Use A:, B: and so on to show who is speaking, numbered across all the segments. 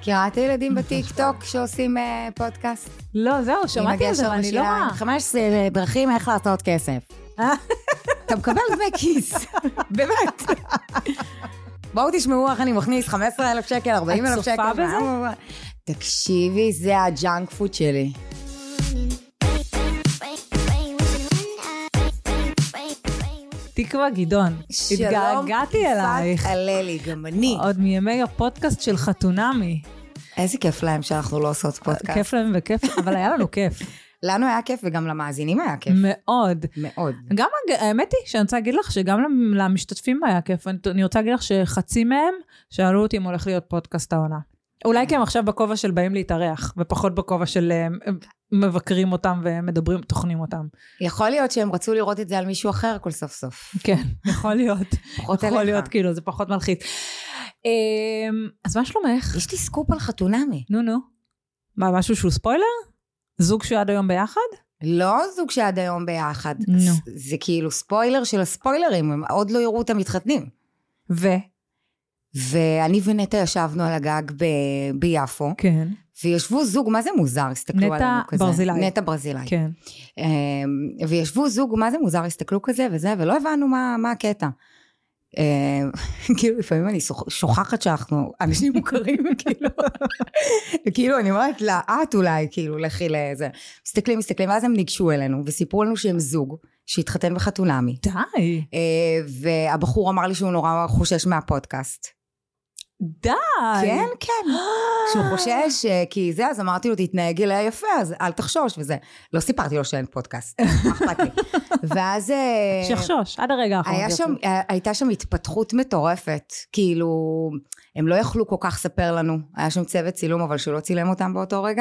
A: מכירה את הילדים בטיק טוק שעושים פודקאסט?
B: לא, זהו, שמעתי על זה, אני לא רואה.
A: 15 דרכים איך לעשות כסף. אתה מקבל דמי כיס, באמת. בואו תשמעו איך אני מכניס 15,000 שקל, 40,000 שקל.
B: את צופה בזה?
A: תקשיבי, זה הג'אנק פוד שלי.
B: תקווה גדעון, התגעגעתי אלייך.
A: שלום, הללי, גם אני.
B: עוד מימי הפודקאסט של חתונמי.
A: איזה כיף להם שאנחנו לא עושות פודקאסט.
B: כיף להם וכיף, אבל היה לנו כיף.
A: לנו היה כיף וגם למאזינים היה כיף.
B: מאוד.
A: מאוד.
B: גם האמת היא שאני רוצה להגיד לך שגם למשתתפים היה כיף. אני רוצה להגיד לך שחצי מהם שאלו אותי אם הולך להיות פודקאסט העונה. אולי כי הם עכשיו בכובע של באים להתארח, ופחות בכובע של מבקרים אותם ומדברים, תוכנים אותם.
A: יכול להיות שהם רצו לראות את זה על מישהו אחר כל סוף סוף.
B: כן, יכול להיות.
A: פחות
B: יכול
A: אליך.
B: להיות, כאילו, זה פחות מלחיץ. אז מה שלומך?
A: יש לי סקופ על חתונמי.
B: נו. מה, משהו שהוא ספוילר? זוג שעד היום ביחד?
A: לא זוג שעד היום ביחד.
B: נו.
A: זה כאילו ספוילר של הספוילרים, הם עוד לא יראו אותם מתחתנים. ואני ונטה ישבנו על הגג ביפו.
B: כן.
A: וישבו זוג, מה זה מוזר? הסתכלו עלינו כזה. נטע ברזילאי.
B: כן.
A: וישבו זוג, מה זה מוזר? הסתכלו כזה וזה, ולא הבנו מה הקטע. כאילו לפעמים אני שוכחת שאנחנו אנשים מוכרים, כאילו אני אומרת לה, את אולי, כאילו לכי לזה. מסתכלים, ואז הם ניגשו אלינו, וסיפרו לנו שהם זוג, שהתחתן בחתונמי.
B: די.
A: והבחור אמר לי שהוא נורא חושש מהפודקאסט.
B: די.
A: כן. שהוא חושש, כי זה, אז אמרתי לו, תתנהג אליה יפה, אז אל תחשוש, וזה. לא סיפרתי לו שאין פודקאסט. אכפת לי. ואז...
B: שחשוש, עד הרגע האחרון.
A: הייתה שם התפתחות מטורפת, כאילו, הם לא יכלו כל כך ספר לנו. היה שם צוות צילום, אבל שלא צילם אותם באותו רגע.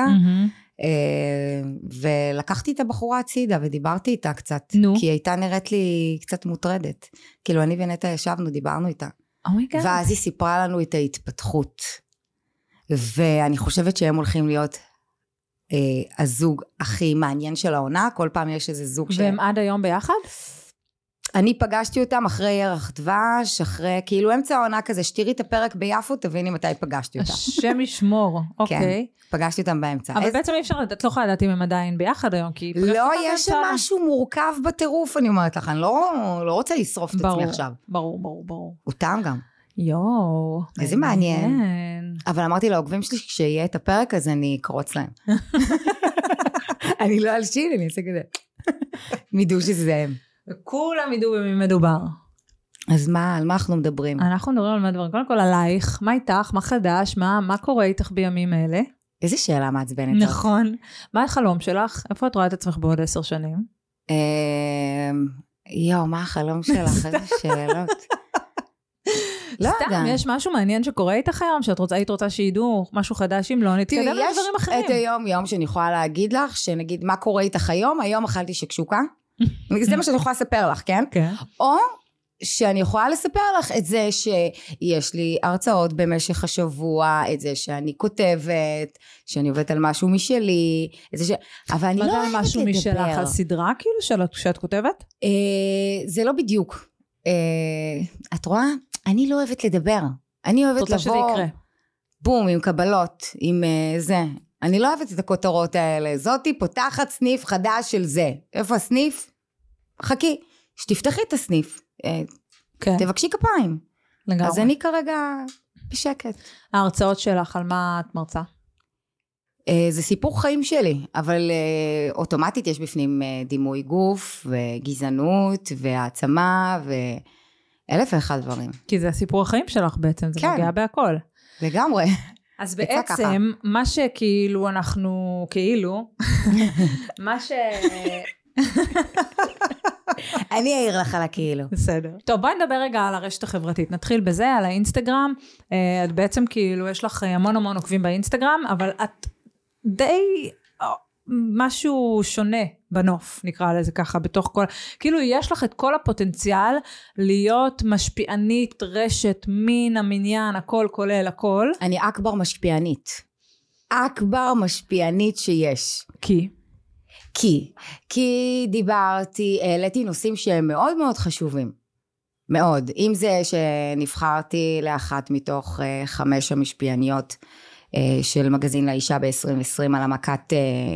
A: ולקחתי את הבחורה הצידה, ודיברתי איתה קצת. כי היא הייתה נראית לי קצת מוטרדת. כאילו, אני ונטע ישבנו, דיברנו איתה. ואז היא סיפרה לנו את ההתפתחות, ואני חושבת שהם הולכים להיות הזוג הכי מעניין של העונה, כל פעם יש איזה זוג
B: והם עד היום ביחד?
A: אני פגשתי אותם אחרי ירח דבש, אחרי כאילו אמצע העונה כזה, שתירי את הפרק ביפו, תביני מתי פגשתי אותם.
B: השם ישמור, אוקיי.
A: פגשתי אותם באמצע.
B: אבל בעצם אי אפשר, את לא יכולה לדעת אם הם עדיין ביחד היום, כי...
A: לא, יש שם משהו מורכב בטירוף, אני אומרת לך, אני לא רוצה לשרוף את עצמי עכשיו.
B: ברור.
A: אותם גם.
B: יואו.
A: איזה מעניין. אבל אמרתי לעוקבים שלי, כשיהיה את הפרק הזה, אני אקרוץ להם. אני לא אלשין, אני אעשה כזה. מידעו שזה הם.
B: וכולם ידעו במי מדובר.
A: אז מה, על מה אנחנו מדברים?
B: אנחנו מדברים על מה דברים. קודם כל עלייך, מה איתך, מה חדש, מה קורה איתך בימים אלה?
A: איזה שאלה מעצבנת.
B: נכון. מה החלום שלך? איפה את רואה את עצמך בעוד 10 שנים?
A: מה החלום שלך? איזה שאלות.
B: סתם, יש משהו מעניין שקורה איתך היום, שאת היית רוצה שידעו משהו חדש, אם לא, נתקדם לדברים אחרים.
A: יש את היום שאני יכולה להגיד לך, שנגיד מה קורה איתך היום אכלתי שקשוקה, זה מה שאני יכולה לספר לך, כן?
B: כן.
A: או שאני יכולה לספר לך את זה שיש לי הרצאות במשך השבוע, את זה שאני כותבת, שאני עובדת על משהו משלי, את זה אבל אני לא אוהבת לדבר.
B: משהו משלך על סדרה, כאילו, שאת כותבת?
A: זה לא בדיוק. את רואה? אני לא אוהבת לדבר. אני אוהבת לבוא...
B: שזה יקרה.
A: בום, עם קבלות, עם זה. אני לא אוהבת את הכותרות האלה. זאתי פותחת סניף חדש של זה. איפה הסניף? חכי. שתפתחי את הסניף.
B: כן.
A: תבקשי כפיים.
B: לגמרי.
A: אז אני כרגע בשקט.
B: ההרצאות שלך, על מה את מרצה?
A: זה סיפור חיים שלי, אבל אוטומטית יש בפנים דימוי גוף, וגזענות, והעצמה, ואלף ואחד דברים.
B: כי זה הסיפור החיים שלך בעצם, זה נוגע בהכל.
A: לגמרי.
B: אז בעצם, מה שכאילו אנחנו, מה ש...
A: אני אעיר לך על הכאילו.
B: בסדר. טוב, בואי נדבר רגע על הרשת החברתית. נתחיל בזה, על האינסטגרם. את בעצם כאילו, יש לך המון עוקבים באינסטגרם, אבל את די משהו שונה בנוף, נקרא לזה ככה, בתוך כל... כאילו, יש לך את כל הפוטנציאל להיות משפיענית, רשת, מין, המניין, הכל, כולל, הכל.
A: אני אכבר משפיענית. אכבר משפיענית שיש. כי דיברתי, העליתי נושאים שהם מאוד מאוד חשובים. מאוד. אם זה שנבחרתי לאחת מתוך 5 המשפיעניות של מגזין לאישה ב-2020 על המקת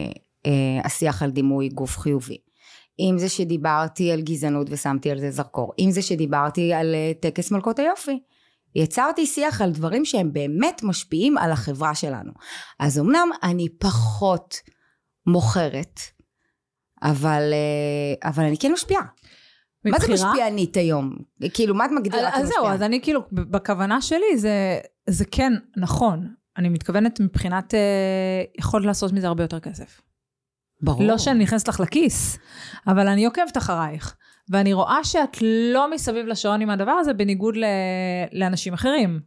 A: השיח על דימוי גוף חיובי. אם זה שדיברתי על גזענות ושמתי על זה זרקור, אם זה שדיברתי על טקס מלכות היופי, יצרתי שיח על דברים שהם באמת משפיעים על החברה שלנו. אז אמנם אני פחות מוכרת, אבל אני כן משפיעה. מה זה משפיענית היום? כאילו, מה את מגדירה כמשפיעה?
B: אז זהו, אז אני כאילו, בכוונה שלי, זה כן נכון. אני מתכוונת מבחינת, יכול לעשות מזה הרבה יותר כסף.
A: ברור.
B: לא שאני נכנסת לך לכיס, אבל אני עוקבת אחרייך. ואני רואה שאת לא מסביב לשעון עם הדבר הזה, בניגוד לאנשים אחרים.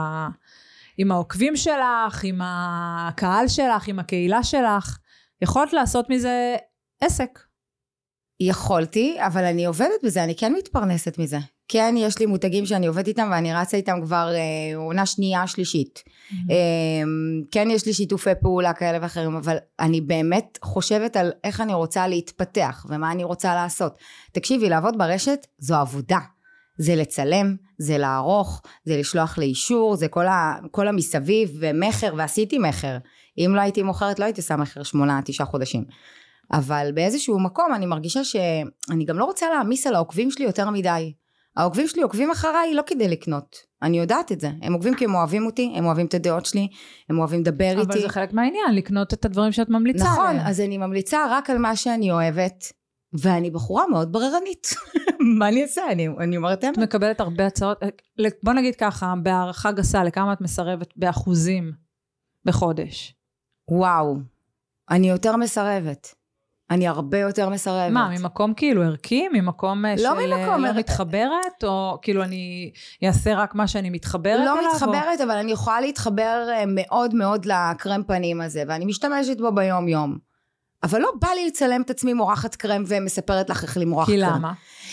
B: עם העוקבים שלך, עם הקהל שלך, עם הקהילה שלך. יכולת לעשות מזה עסק.
A: יכולתי, אבל אני עובדת בזה, אני כן מתפרנסת מזה. כן, יש לי מותגים שאני עובדת איתם, ואני רצה איתם כבר עונה שנייה, שלישית. כן, יש לי שיתופי פעולה כאלה ואחרים, אבל אני באמת חושבת על איך אני רוצה להתפתח, ומה אני רוצה לעשות. תקשיבי, לעבוד ברשת, זו עבודה. זה לצלם, זה לערוך, זה לשלוח לאישור, זה כל המסביב, ומחר, ועשיתי מחר. אם לא הייתי מוכרת, לא הייתי עושה מחר 8-9 חודשים. אבל באיזשהו מקום אני מרגישה שאני גם לא רוצה להעמיס על העוקבים שלי יותר מדי. העוקבים שלי עוקבים אחריי לא כדי לקנות. אני יודעת את זה. הם עוקבים כי הם אוהבים אותי, הם אוהבים את הדעות שלי, הם אוהבים לדבר איתי.
B: אבל זה חלק מהעניין, לקנות את הדברים שאת ממליצה.
A: נכון, אז אני ממליצה רק על מה שאני אוהבת, ואני בחורה מאוד בררנית. מה אני אעשה? אני אומרת
B: את מקבלת הרבה הצעות. בוא נגיד ככה, בהערכה גסה, לכמה את מסרבת באחוזים בחודש?
A: וואו, אני יותר מסרבת. אני הרבה יותר מסרבת.
B: מה, ממקום כאילו ערכי? ממקום של לא מתחברת? או כאילו אני אעשה רק מה שאני מתחברת אליו?
A: לא מתחברת, אבל אני יכולה להתחבר מאוד מאוד לקרם פנים הזה, ואני משתמשת בו ביום יום. אבל לא בא לי לצלם את עצמי מורחת קרם ומספרת לך איך למרוח קרם.
B: כי למה?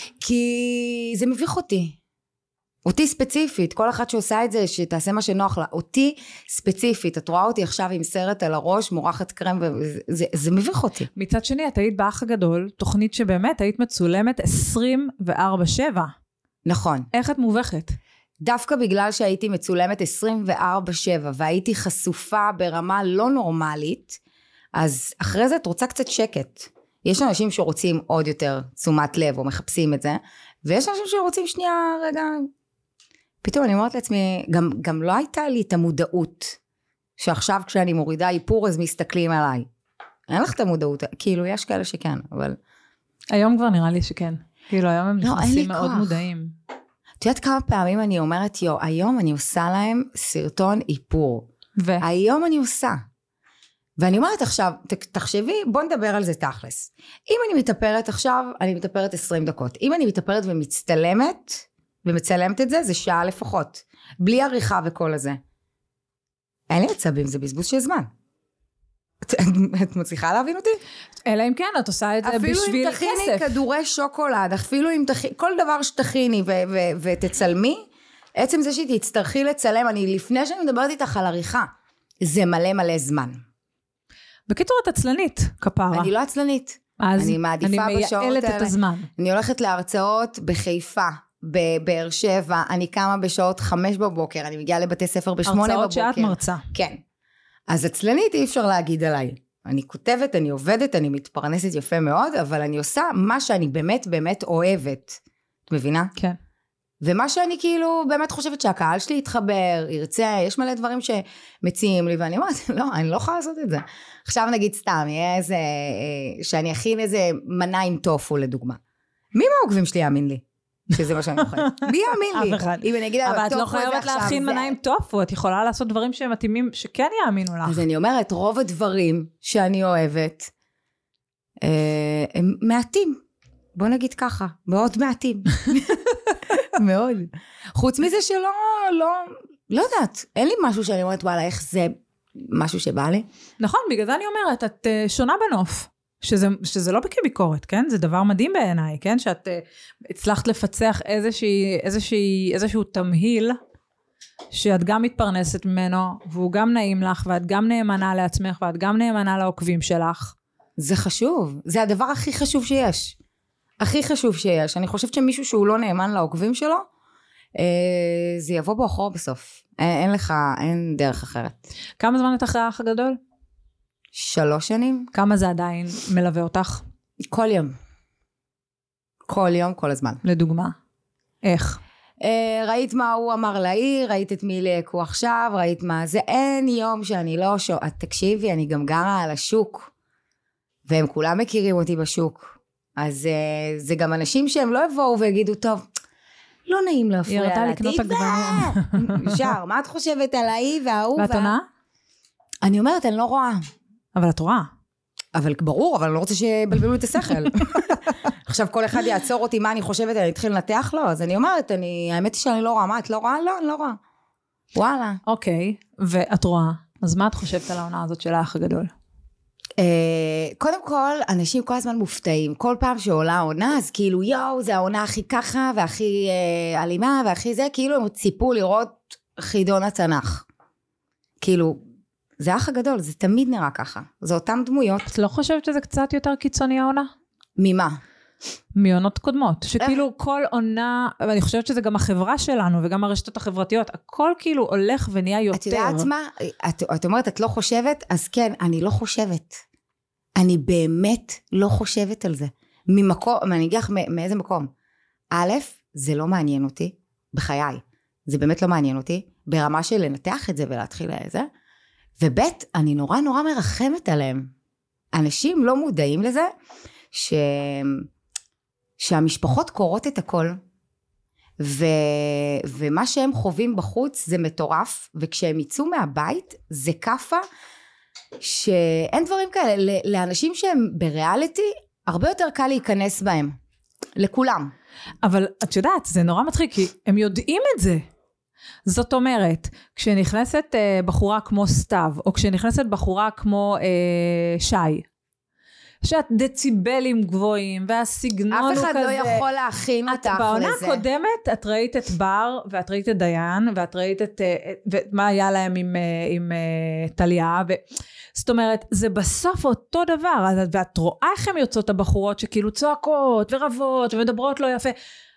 A: כי זה מביך אותי. אותי ספציפית, כל אחת שעושה את זה, שתעשה מה שנוח לה, אותי ספציפית, את רואה אותי עכשיו עם סרט על הראש, מורחת קרם, וזה מביך אותי.
B: מצד שני, את היית באח הגדול, תוכנית שבאמת היית מצולמת 24/7.
A: נכון.
B: איך את מובכת?
A: דווקא בגלל שהייתי מצולמת 24/7, והייתי חשופה ברמה לא נורמלית, אז אחרי זה את רוצה קצת שקט. יש אנשים שרוצים עוד יותר תשומת לב, או מחפשים את זה, ויש אנשים שרוצים שנייה, רגע, פתאום אני אומרת לעצמי, גם לא הייתה לי את המודעות, שעכשיו כשאני מורידה איפור, אז מסתכלים עליי. אין לך את המודעות, כאילו יש כאלה שכן, אבל...
B: היום כבר נראה לי שכן. כאילו היום הם נכנסים מאוד מודעים.
A: את יודעת כמה פעמים אני אומרת, היום אני עושה להם סרטון איפור. היום אני עושה. ואני אומרת עכשיו, תחשבי, בוא נדבר על זה תכלס. אם אני מתאפרת עכשיו, אני מתאפרת 20 דקות. אם אני מתאפרת ומצלמת את זה, זה שעה לפחות. בלי עריכה וכל הזה. אין לי עצבים, זה בזבוז של זמן. את מצליחה להבין אותי?
B: אלא אם כן, את עושה את זה בשביל כסף.
A: אפילו אם תכיני כדורי שוקולד, אפילו אם כל דבר שתכיני ותצלמי, עצם זה שתצטרכי לצלם, לפני שאני מדברת איתך על עריכה, זה מלא זמן.
B: בקיצור, את עצלנית, כפרה.
A: אני לא עצלנית.
B: אני מעדיפה בשעות האלה. את הזמן.
A: אני הולכת להרצאות בחיפה, בבאר שבע, אני קמה בשעות 5 בבוקר, אני מגיעה לבתי ספר ב8 בבוקר.
B: הרצאות שאת מרצה.
A: כן. אז עצלנית אי אפשר להגיד עליי. אני כותבת, אני עובדת, אני מתפרנסת יפה מאוד, אבל אני עושה מה שאני באמת אוהבת. את מבינה?
B: כן.
A: ומה שאני כאילו באמת חושבת שהקהל שלי יתחבר, ירצה, יש מלא דברים שמציעים לי, ואני אומרת, לא, אני לא יכולה לעשות את זה. עכשיו נגיד סתם, יהיה איזה, שאני אכין איזה מנה עם טופו לדוגמה. מי מהעוקבים שלי יאמין לי? שזה מה שאני אוכלת. מי יאמין לי?
B: אף אחד.
A: אם אני אגיד,
B: אבל את לא חייבת להכין מנה עם טופו, את יכולה לעשות דברים שמתאימים, שכן יאמינו לך.
A: אז אני אומרת, רוב הדברים שאני אוהבת, הם מעטים. בוא נגיד ככה, מאוד מעטים. מאוד. חוץ מזה שלא, לא יודעת, אין לי משהו שאני אומרת, וואלה, איך זה משהו שבא לי? נכון,
B: בגלל זה אני אומרת, את שונה בנוף, שזה לא כביקורת, כן? זה דבר מדהים בעיניי, כן? שאת הצלחת לפצח איזשהו תמהיל, שאת גם מתפרנסת ממנו, והוא גם נעים לך, ואת גם נאמנה לעצמך, ואת גם נאמנה לעוקבים שלך.
A: זה חשוב, זה הדבר הכי חשוב שיש. הכי חשוב שיש. אני חושבת שמישהו שהוא לא נאמן לעוקבים שלו, זה יבוא באחור בסוף. אין דרך אחרת.
B: כמה זמן את אחרי האח הגדול?
A: 3 שנים.
B: כמה זה עדיין מלווה אותך?
A: כל יום. כל יום, כל הזמן.
B: לדוגמה. איך?
A: ראית מה הוא אמר לעיר, ראית את מי להקו עכשיו, ראית מה זה, אין יום שאני לא תקשיבי, אני גם גרה על השוק, והם כולם מכירים אותי בשוק, אז זה גם אנשים שהם לא יבואו ויגידו, טוב, לא נעים להפריע לה,
B: היא ירדה לקנות הגוונים.
A: שר, מה את חושבת על ההיא וההוא?
B: ואת עונה?
A: אני אומרת, אני לא רואה.
B: אבל את רואה.
A: אבל ברור, אבל אני לא רוצה שבלבלו את השכל. עכשיו כל אחד יעצור אותי מה אני חושבת, אני אתחיל לנתח לו, אז אני אומרת, האמת היא שאני לא רואה, מה את לא רואה? לא, אני לא רואה. וואלה.
B: אוקיי, ואת רואה, אז מה את חושבת על העונה הזאת של האח הגדול?
A: קודם כל, אנשים כל הזמן מופתעים, כל פעם שעולה העונה, אז כאילו יואו, זה העונה הכי ככה, והכי אלימה, והכי זה, כאילו הם ציפו לראות חידון התנ"ך. כאילו, זה האח הגדול, זה תמיד נראה ככה, זה אותם דמויות.
B: את לא חושבת שזה קצת יותר קיצוני העונה?
A: ממה?
B: מעונות קודמות, שכאילו כל עונה, ואני חושבת שזה גם החברה שלנו, וגם הרשתות החברתיות, הכל כאילו הולך ונהיה יותר.
A: את יודעת מה? את אומרת, את לא חושבת? אז כן, אני לא חושבת. אני באמת לא חושבת על זה. ממקום, אני אגיד לך מאיזה מקום. א', זה לא מעניין אותי, בחיי. זה באמת לא מעניין אותי, ברמה של לנתח את זה ולהתחיל לזה. וב', אני נורא נורא מרחמת עליהם. אנשים לא מודעים לזה, שהמשפחות קורות את הכל, ומה שהם חווים בחוץ זה מטורף, וכשהם יצאו מהבית זה קפה, שאין דברים כאלה, לאנשים שהם בריאליטי, הרבה יותר קל להיכנס בהם, לכולם.
B: אבל את יודעת, זה נורא מצחיק, כי הם יודעים את זה. זאת אומרת, כשנכנסת בחורה כמו סתיו, או כשנכנסת בחורה כמו שי, שאת דציבלים גבוהים, והסגנון הוא כזה.
A: אף אחד לא יכול להכין אותך לזה.
B: בעונה הקודמת, את ראית את בר, ואת ראית את דיין, ואת ראית את מה היה להם עם טליה, זאת אומרת, זה בסוף אותו דבר, ואת רואה איך הם יוצאות הבחורות, שכאילו צועקות, ורבות, ומדברות לא יפה,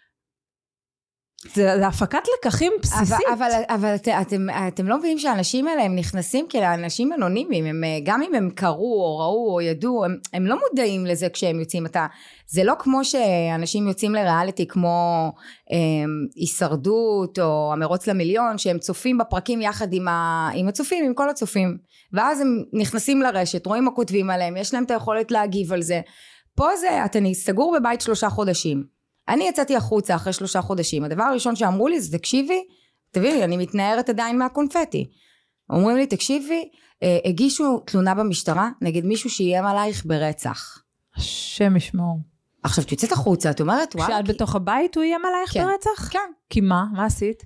B: זה הפקת לקחים בסיסית.
A: אבל אתם לא מבינים שהאנשים האלה הם נכנסים כאנשים אנונימיים, גם אם הם קראו או ראו או ידעו, הם לא מודעים לזה כשהם יוצאים. זה לא כמו שאנשים יוצאים לריאליטי כמו הישרדות או המרוץ למיליון, שהם צופים בפרקים יחד עם הצופים, עם כל הצופים, ואז הם נכנסים לרשת, רואים מה כותבים עליהם, יש להם את היכולת להגיב על זה. פה זה, אתה סגור בבית 3 חודשים. אני יצאתי החוצה אחרי 3 חודשים, הדבר הראשון שאמרו לי זה, תקשיבי, אני מתנערת עדיין מהקונפטי. אומרים לי, תקשיבי, הגישו תלונה במשטרה, נגד מישהו שאיים עלייך ברצח.
B: השם ישמור.
A: עכשיו, את יוצאת החוצה, את אומרת, וואו.
B: כשאת בתוך הבית הוא איים עלייך ברצח?
A: כן.
B: כי מה? מה עשית?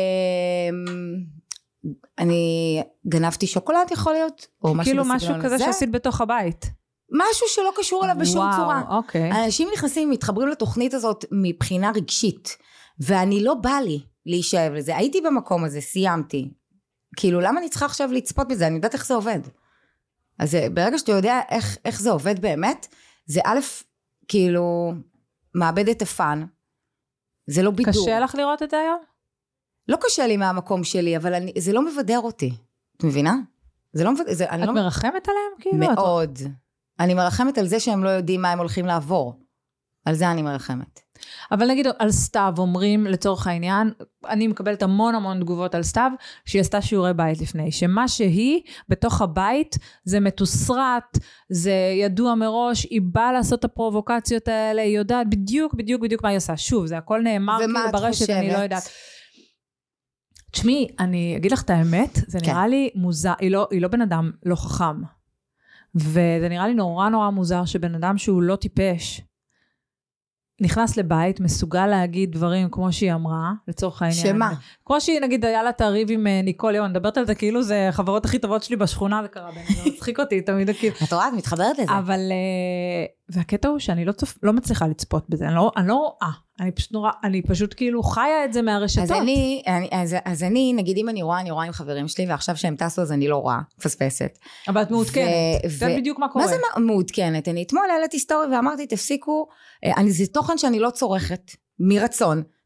A: אני גנבתי שוקולד, יכול להיות?
B: כאילו משהו כזה שעשית בתוך הבית.
A: משהו שלא קשור אליו בשום צורה.
B: אוקיי.
A: אנשים נכנסים, מתחברים לתוכנית הזאת מבחינה רגשית, ואני לא בא לי להישאב לזה. הייתי במקום הזה, סיימתי. כאילו, למה אני צריכה עכשיו לצפות בזה? אני יודעת איך זה עובד. אז ברגע שאתה יודע איך זה עובד באמת, זה א', כאילו, מאבד את הפן. זה לא בידור.
B: קשה לך לראות את זה היום?
A: לא קשה לי מהמקום שלי, אבל זה לא מבדר אותי. את מבינה? זה לא מבדר.
B: את מרחמת עליהם? כאילו?
A: מאוד. אני מרחמת על זה שהם לא יודעים מה הם הולכים לעבור. על זה אני מרחמת.
B: אבל נגיד על סתיו אומרים לצורך העניין, אני מקבלת המון תגובות על סתיו, שהיא עשתה שיעורי בית לפני, שמה שהיא בתוך הבית זה מתוסרט, זה ידוע מראש, היא באה לעשות את הפרובוקציות האלה, היא יודעת בדיוק מה היא עושה. שוב, זה הכל נאמר כאילו ברשת, אני לא יודעת. תשמעי, אני אגיד לך את האמת, זה נראה לי מוזר, היא לא בן אדם לא חכם. וזה נראה לי נורא מוזר שבן אדם שהוא לא טיפש, נכנס לבית, מסוגל להגיד דברים כמו שהיא אמרה, לצורך העניין.
A: שמה?
B: כמו שהיא נגיד היה לה תריב עם ניקול יון, מדברת על זה כאילו זה החברות הכי טובות שלי בשכונה, זה קרה בין, זה מצחיק אותי תמיד.
A: את רואה, את מתחברת לזה.
B: אבל, והקטע הוא שאני לא מצליחה לצפות בזה, אני לא רואה, אני פשוט כאילו חיה את זה מהרשתות.
A: אז אני, נגיד אם אני רואה עם חברים שלי, ועכשיו שהם טסו אז אני לא רואה, פספסת.
B: אבל את מעודכנת, זה בדיוק מה קורה.
A: מה זה מעודכנת? אני אתמול העליתי סטורי ואמרתי, תפסיקו, זה תוכן שאני לא צורכת, מרצון,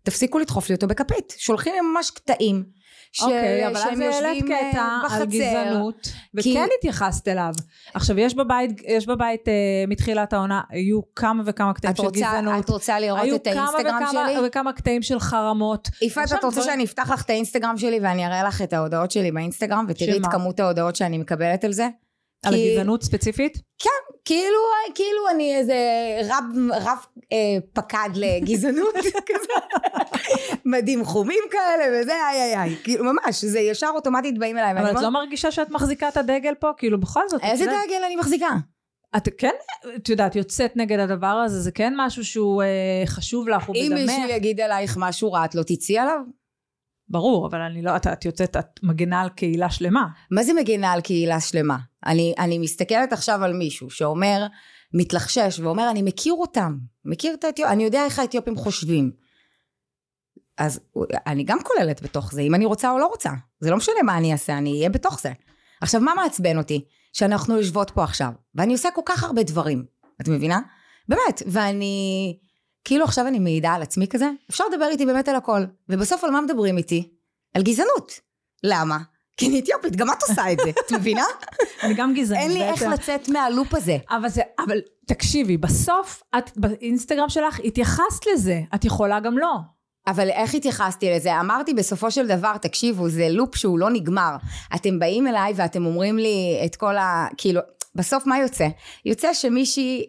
A: תפסיקו לדחוף לי אותו בכפית. שולחים לי ממש קטעים.
B: אוקיי, אבל אז העלית קטע על גזענות, וכן התייחסת אליו. עכשיו, יש בבית מתחילת העונה, היו כמה וכמה קטעים של גזענות.
A: את רוצה לראות את האינסטגרם שלי?
B: היו כמה וכמה קטעים של חרמות.
A: יפעת, את רוצה שאני אפתח לך את האינסטגרם שלי, ואני אראה לך את ההודעות שלי באינסטגרם, ותראי את כמות ההודעות שאני מקבלת על זה?
B: על הגזענות ספציפית?
A: כן, כאילו אני איזה רב פקד לגזענות, מדים חומים כאלה, וזה איי, כאילו ממש, זה ישר אוטומטית באים אליי.
B: אבל את לא מרגישה שאת מחזיקה את הדגל פה? כאילו בכל זאת.
A: איזה דגל אני מחזיקה?
B: את כן, את יודעת, יוצאת נגד הדבר הזה, זה כן משהו שהוא חשוב לך, הוא בדמך.
A: אם מישהו יגיד עלייך משהו רע, את לא תצאי עליו?
B: ברור, אבל אני לא, את יוצאת, את מגנה על קהילה שלמה.
A: מה זה מגנה על קהילה שלמה? אני מסתכלת עכשיו על מישהו שאומר, מתלחשש ואומר, אני מכיר אותם, מכיר את האתיופים, אני יודע איך האתיופים חושבים. אז אני גם כוללת בתוך זה, אם אני רוצה או לא רוצה. זה לא משנה מה אני אעשה, אני אהיה בתוך זה. עכשיו, מה מעצבן אותי? שאנחנו יושבות פה עכשיו, ואני עושה כל כך הרבה דברים. את מבינה? באמת, ואני... כאילו עכשיו אני מעידה על עצמי כזה, אפשר לדבר איתי באמת על הכל, ובסוף על מה מדברים איתי? על גזענות. למה? כי אני אתיופית, גם את עושה את זה, את מבינה?
B: אני גם גזענית.
A: אין לי איך לצאת מהלופ הזה.
B: אבל תקשיבי, בסוף את באינסטגרם שלך התייחסת לזה, את יכולה גם לא.
A: אבל איך התייחסתי לזה? אמרתי בסופו של דבר, תקשיבו, זה לופ שהוא לא נגמר. אתם באים אליי ואתם אומרים לי את כל כאילו, בסוף מה יוצא? יוצא שמישהי...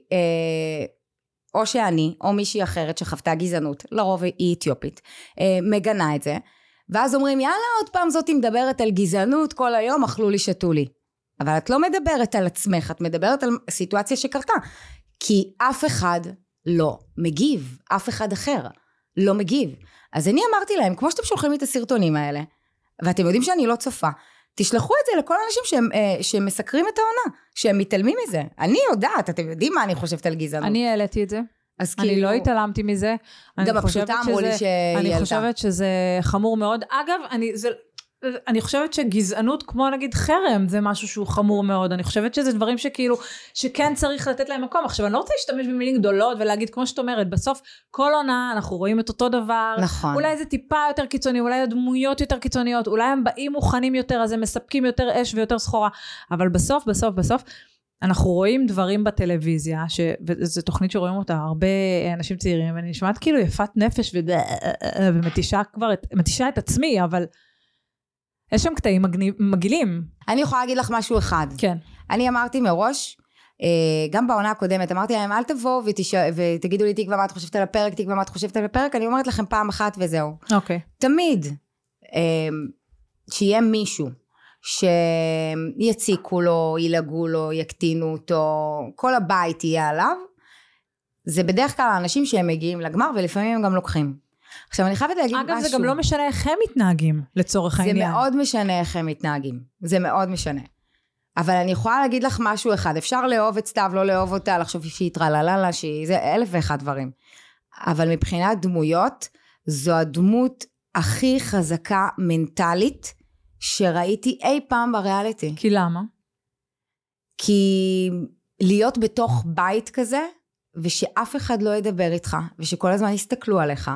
A: או שאני, או מישהי אחרת שחוותה גזענות, לרוב היא אתיופית, מגנה את זה, ואז אומרים, יאללה, עוד פעם זאת מדברת על גזענות, כל היום אכלו לי, שתו לי. אבל את לא מדברת על עצמך, את מדברת על סיטואציה שקרתה, כי אף אחד לא מגיב, אף אחד אחר לא מגיב. אז אני אמרתי להם, כמו שאתם שולחים לי את הסרטונים האלה, ואתם יודעים שאני לא צופה, תשלחו את זה לכל האנשים שמסקרים את העונה, שהם מתעלמים מזה. אני יודעת, אתם יודעים מה אני חושבת על גזענות.
B: אני העליתי את זה. אני לא התעלמתי מזה.
A: גם הפשוטה אמרו לי שהיא ילדה.
B: אני חושבת שזה חמור מאוד. אגב, אני חושבת שגזענות, כמו נגיד חרם, זה משהו שהוא חמור מאוד. אני חושבת שזה דברים שכאילו, שכן צריך לתת להם מקום. עכשיו, אני לא רוצה להשתמש במילים גדולות, ולהגיד, כמו שאת אומרת, בסוף, כל עונה, אנחנו רואים את אותו דבר.
A: נכון.
B: אולי זה טיפה יותר קיצוני, אולי הדמויות יותר קיצוניות, אולי הם באים מוכנים יותר, אז הם מספקים יותר אש ויותר סחורה. אבל בסוף, אנחנו רואים דברים בטלוויזיה, וזו תוכנית שרואים אותה, הרבה אנשים צעירים, ואני נשמעת כאילו יפת נפש, ומתישה את עצמי, אבל יש שם קטעים מגעילים.
A: אני יכולה להגיד לך משהו אחד.
B: כן.
A: אני אמרתי מראש, גם בעונה הקודמת, אמרתי להם, אל תבואו ותגידו לי, תקווה מה את חושבת על הפרק, תקווה מה את חושבת על הפרק, אני אומרת לכם פעם אחת וזהו.
B: אוקיי.
A: תמיד, שיהיה מישהו, שיציקו לו, ילגו לו, יקטינו אותו, כל הבית יהיה עליו, זה בדרך כלל האנשים שהם מגיעים לגמר, ולפעמים הם גם לוקחים. עכשיו אני חייבת להגיד משהו.
B: אגב, זה גם לא משנה איך הם מתנהגים, לצורך העניין.
A: זה מאוד משנה איך הם מתנהגים. זה מאוד משנה. אבל אני יכולה להגיד לך משהו אחד. אפשר לאהוב את סתיו, לא לאהוב אותה, לחשוב שהיא טרללה, זה 1001 דברים. אבל מבחינת דמויות, זו הדמות הכי חזקה מנטלית, שראיתי אי פעם בריאליטי.
B: כי למה?
A: כי להיות בתוך בית כזה, ושאף אחד לא ידבר איתך, ושכל הזמן יסתכלו עליך,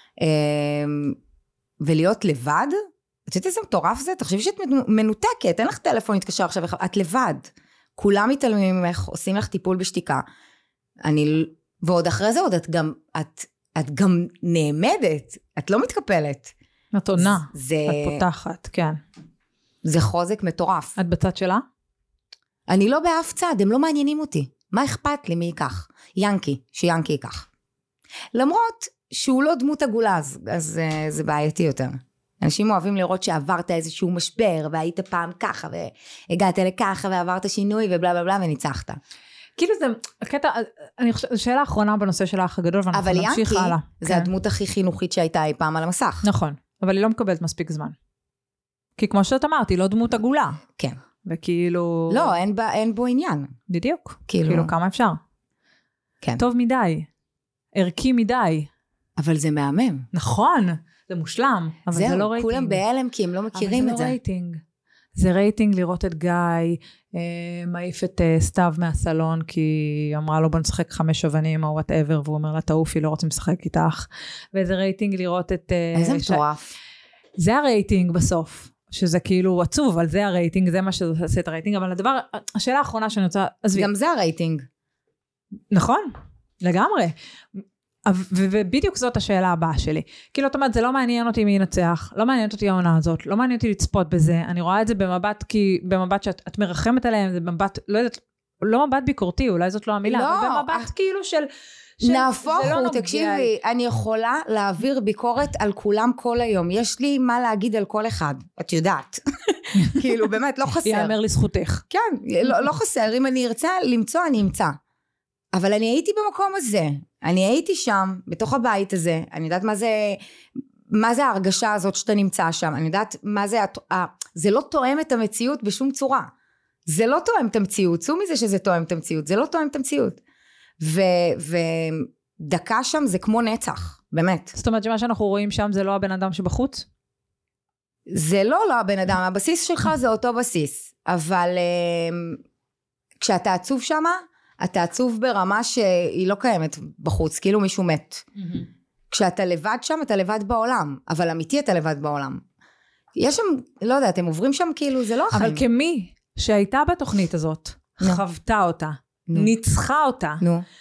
A: ולהיות לבד, את יודעת איזה מטורף זה? תחשבי שאת מנותקת, אין לך טלפון להתקשר עכשיו, את לבד, כולם מתעלמים ממך, עושים לך טיפול בשתיקה, ועוד אחרי זה, את גם נעמדת, את לא מתקפלת.
B: את עונה, את פותחת, כן.
A: זה חוזק מטורף.
B: את בצד שלה?
A: אני לא באף צד, הם לא מעניינים אותי. מה אכפת לי מי ייקח? שיאנקי ייקח. למרות שהוא לא דמות עגולה, אז זה בעייתי יותר. אנשים אוהבים לראות שעברת איזשהו משבר, והיית פעם ככה, והגעת לככה, ועברת שינוי, ובלה בלה בלה, וניצחת.
B: כאילו זה, הקטע, אני חושבת, שאלה האחרונה בנושא של האח הגדול, ואנחנו נמשיך הלאה.
A: אבל יאנקי, זה הדמות הכי חינוכית שהייתה אי פעם על המסך.
B: נכון, אבל היא לא מקבלת מספיק זמן. כי כמו שאת אמרת, היא לא דמות עגולה.
A: כן.
B: וכאילו...
A: לא, אין בו עניין.
B: בדיוק. כאילו כמה אפשר.
A: כן.
B: טוב מדי. ערכי מדי.
A: אבל זה מהמם.
B: נכון. זה מושלם. אבל זה לא רייטינג.
A: כולם בהלם כי הם לא מכירים את זה.
B: אבל זה לא רייטינג. זה רייטינג לראות את גיא, מעיף את סתיו מהסלון, כי היא אמרה לו בוא נשחק 5 אבנים או whatever, והוא אומר לה תעופי, לא רוצים לשחק איתך, וזה רייטינג לראות את...
A: איזה מטורף.
B: זה הרייטינג בסוף, שזה כאילו עצוב, אבל זה הרייטינג, זה מה שעושה את הרייטינג, אבל השאלה האחרונה שאני רוצה...
A: גם זה הרייטינג.
B: נכון, לגמרי. ובדיוק זאת השאלה הבאה שלי. כאילו, את אומרת, זה לא מעניין אותי מי ינצח, לא מעניין אותי העונה הזאת, לא מעניין אותי לצפות בזה, אני רואה את זה במבט, כי במבט שאת מרחמת עליהם, זה במבט, לא יודעת, לא מבט ביקורתי, אולי זאת לא המילה,
A: לא,
B: אבל במבט כאילו של
A: נהפוך הוא, תקשיבי, אני יכולה להעביר ביקורת על כולם כל היום, יש לי מה להגיד על כל אחד, את יודעת, כאילו באמת לא חסר.
B: יאמר לזכותך.
A: כן, לא חסר, אם אני ארצה למצוא, אני אמצא. אבל אני הייתי במקום הזה, אני הייתי שם, בתוך הבית הזה, אני יודעת מה זה ההרגשה הזאת שאתה נמצא שם, אני יודעת מה זה, זה לא תואם את המציאות בשום צורה, זה לא תואם את המציאות, צאו מזה שזה תואם את המציאות, זה לא תואם את המציאות, ודקה שם זה כמו נצח, באמת.
B: זאת אומרת שמה שאנחנו רואים שם זה לא הבן אדם שבחוץ?
A: זה לא הבן אדם, הבסיס שלך זה אותו בסיס, אבל כשאתה עצוב שמה, אתה עצוב ברמה שהיא לא קיימת בחוץ, כאילו מישהו מת. כשאתה לבד שם, אתה לבד בעולם, אבל אמיתי אתה לבד בעולם. יש שם, לא יודע, אתם עוברים שם כאילו, זה לא החיים.
B: אבל כמי שהייתה בתוכנית הזאת, חוותה אותה, ניצחה אותה,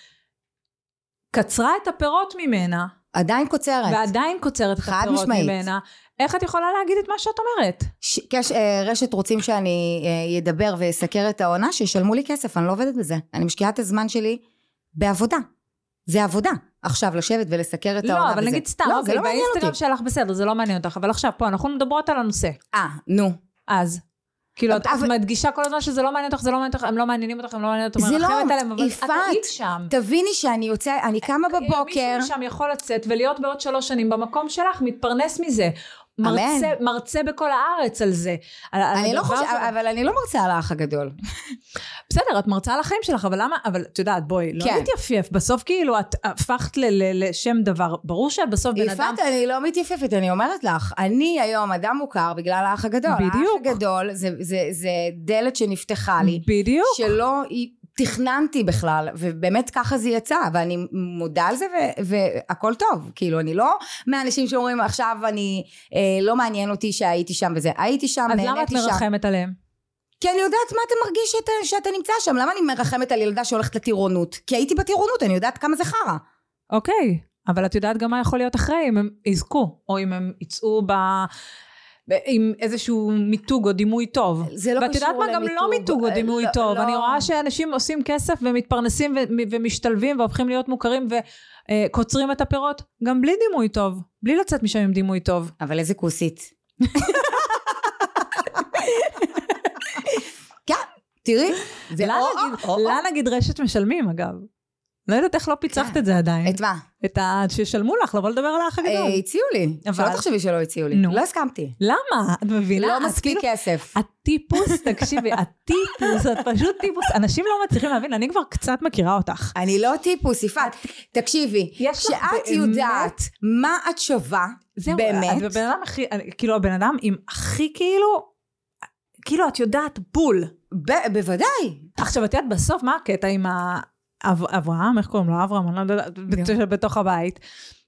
B: קצרה את הפירות ממנה,
A: עדיין קוצרת.
B: ועדיין קוצרת את הפירות ממנה, איך את יכולה להגיד את מה שאת אומרת?
A: רשת רוצים שאני ידבר ויסקר את העונה, שישלמו לי כסף, אני לא עובדת בזה. אני משקיעה את הזמן שלי בעבודה. זה עבודה. עכשיו לשבת ולסקר את העונה
B: וזה. לא, אבל נגיד סתם, אוקיי, באינסטגרם שלך בסדר, זה לא מעניין אותך, אבל עכשיו פה אנחנו מדברות על הנושא.
A: נו.
B: אז. כאילו, את מדגישה כל הזמן שזה לא מעניין אותך, זה לא מעניין אותך, הם לא מעניינים אותך, הם לא מעניינים אותך,
A: זה לא, יפעת, תביני שאני יוצא, אני קמה בבוקר.
B: מישהו שם יכול לצאת ולהיות בעוד 3 שנים במקום שלך, מתפרנס מזה. מרצה בכל הארץ על זה.
A: אבל אני לא מרצה על האח הגדול.
B: בסדר, את מרצה על החיים שלך, אבל למה? אבל את יודעת, בואי, לא מתייפייף. בסוף כאילו את הפכת לשם דבר. ברור שאת בסוף בן אדם...
A: יפעת, אני לא מתייפייפת, אני אומרת לך, אני היום אדם מוכר בגלל האח הגדול.
B: בדיוק.
A: האח הגדול זה דלת שנפתחה לי.
B: בדיוק.
A: שלא... תכננתי בכלל, ובאמת ככה זה יצא, ואני מודה על זה, והכל טוב, כאילו, אני לא מהאנשים שאומרים, עכשיו אני, לא מעניין אותי שהייתי שם וזה, הייתי שם,
B: נהניתי שם. אז למה את מרחמת עליהם?
A: כי אני יודעת מה אתה מרגיש שאתה נמצא שם, למה אני מרחמת על ילדה שהולכת לטירונות? כי הייתי בטירונות, אני יודעת כמה זה חרה.
B: אוקיי, אבל את יודעת גם מה יכול להיות אחרי, אם הם יזכו, או אם הם יצאו עם איזשהו מיתוג או דימוי טוב.
A: זה לא
B: ואת יודעת מה, גם לא מיתוג או דימוי טוב. אני רואה שאנשים עושים כסף ומתפרנסים ומשתלבים והופכים להיות מוכרים וקוצרים את הפירות, גם בלי דימוי טוב. בלי לצאת משם עם דימוי טוב.
A: אבל איזה כוסית. כן, תראי.
B: לה נגיד רשת משלמים אגב. לא יודעת איך לא פיצחת את זה עדיין.
A: את מה?
B: ששלמו לך, לבוא לדבר על האח הגדול.
A: הציעו לי. שלא תחשבי שלא הציעו לי. לא הסכמתי.
B: למה? את מבינה?
A: לא מספיק כסף.
B: הטיפוס, תקשיבי, הטיפוס, את פשוט טיפוס. אנשים לא מצליחים להבין, אני כבר קצת מכירה אותך.
A: אני לא טיפוס, יפעת. תקשיבי, שאת יודעת מה את שווה, באמת.
B: כאילו, הבן אדם עם הכי כאילו, את יודעת בול.
A: בוודאי.
B: עכשיו, את יודעת בסוף, מה הקטע עם אברהם, איך קוראים לו? אברהם, אני לא יודעת, בתוך הבית,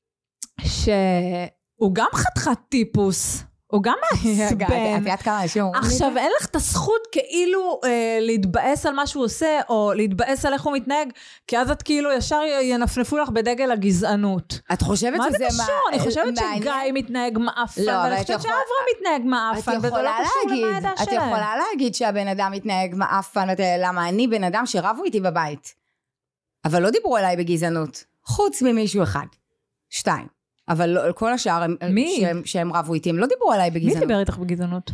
B: שהוא גם חתיכת טיפוס, הוא גם מעצבן. עכשיו, אין לך את הזכות כאילו להתבאס על מה שהוא עושה, או להתבאס על איך הוא מתנהג, כי אז את כאילו ישר ינפנפו לך בדגל הגזענות.
A: את חושבת שזה...
B: מה זה קשור? אני חושבת שגיא מתנהג מאפן, ואני חושבת שאברהם מתנהג מאפן, וזה לא קשור למעדה שלהם.
A: את יכולה להגיד שהבן אדם מתנהג מאפן, למה אני בן אדם שרבו איתי בבית. אבל לא דיברו עליי בגזענות, חוץ ממישהו אחד, 2. אבל לא, כל השאר שהם רבו איתי, הם לא דיברו עליי בגזענות.
B: מי דיבר איתך בגזענות?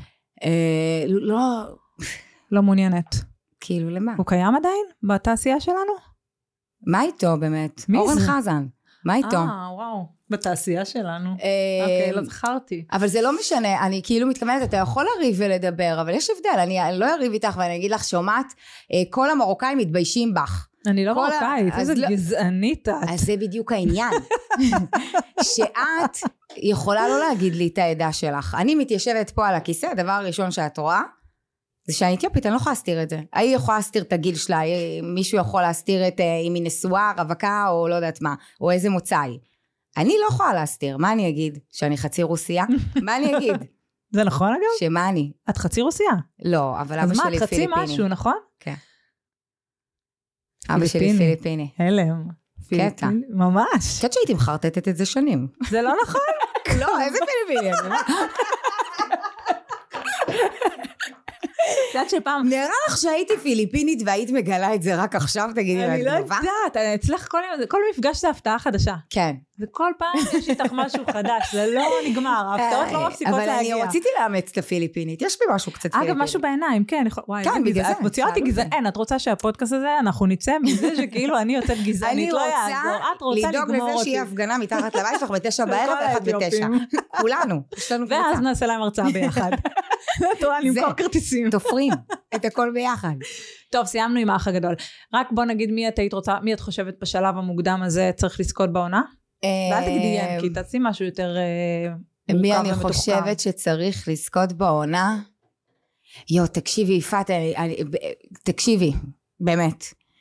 A: לא
B: מעוניינת.
A: כאילו למה?
B: הוא קיים עדיין בתעשייה שלנו?
A: מה איתו באמת? אורן חזן. מה איתו?
B: וואו, בתעשייה שלנו. אוקיי, לא זכרתי.
A: אבל זה לא משנה, אני כאילו מתכוונת, אתה יכול לריב ולדבר, אבל יש הבדל, אני לא אריב איתך ואני אגיד לך, שומעת, כל המרוקאים מתביישים בך.
B: אני לא מרוקאית, איזה גזענית את.
A: אז זה בדיוק העניין. שאת יכולה לא להגיד לי את העדה שלך. אני מתיישבת פה על הכיסא, הדבר הראשון שאת רואה, זה שאני אתיופית, אני לא יכולה להסתיר את זה. היא יכולה להסתיר את הגיל שלה, מישהו יכול להסתיר את אם היא נשואה, רווקה, או לא יודעת מה, או איזה מוצאי. אני לא יכולה להסתיר, מה אני אגיד? שאני חצי רוסיה? מה אני אגיד?
B: זה נכון אגב?
A: שמה אני?
B: את חצי רוסיה?
A: לא, אבל אבא שלי פיליפיני.
B: אז מה, חצי משהו, נכון?
A: כן. אבא שלי פיליפיני.
B: הלם.
A: קטע.
B: ממש.
A: קטע שהייתי מחרטטת את זה שנים.
B: זה לא נכון?
A: לא, איזה פיליפיני?
B: יודעת שפעם...
A: נראה לך שהייתי פיליפינית והיית מגלה את זה רק עכשיו, תגידי
B: אני לא יודעת, אצלך כל מפגש זה הפתעה חדשה.
A: כן.
B: וכל פעם יש איתך משהו חדש, זה לא נגמר, ההפתעות לא מפסיקות להגיע.
A: אבל אני רציתי לאמץ את הפיליפינית, יש בי משהו קצת פיליפינית.
B: אגב, משהו בעיניים, כן.
A: כן, בגלל זה.
B: את מוציאה אותי גזען, את רוצה שהפודקאסט הזה, אנחנו נצא מזה שכאילו אני יוצאת גזענית, לא יעזור, את רוצה לגמור אותי.
A: לדאוג לזה שיהיה הפגנה מתחת לבית שלך ב9 בערב, 1:09. כולנו, יש לנו קבוצה.
B: ואז נעשה להם הרצאה ביחד. תורה למכור כרטיסים.
A: תופרים את הכל ביחד.
B: טוב, סיימנו עם האח הגדול. רק בוא נגיד מי את חושבת בשלב המוקדם הזה צריך לזכות בעונה? ואל תגידי כי תעשי משהו יותר מורכב
A: מי אני חושבת שצריך לזכות בעונה? תקשיבי יפעת, תקשיבי, באמת.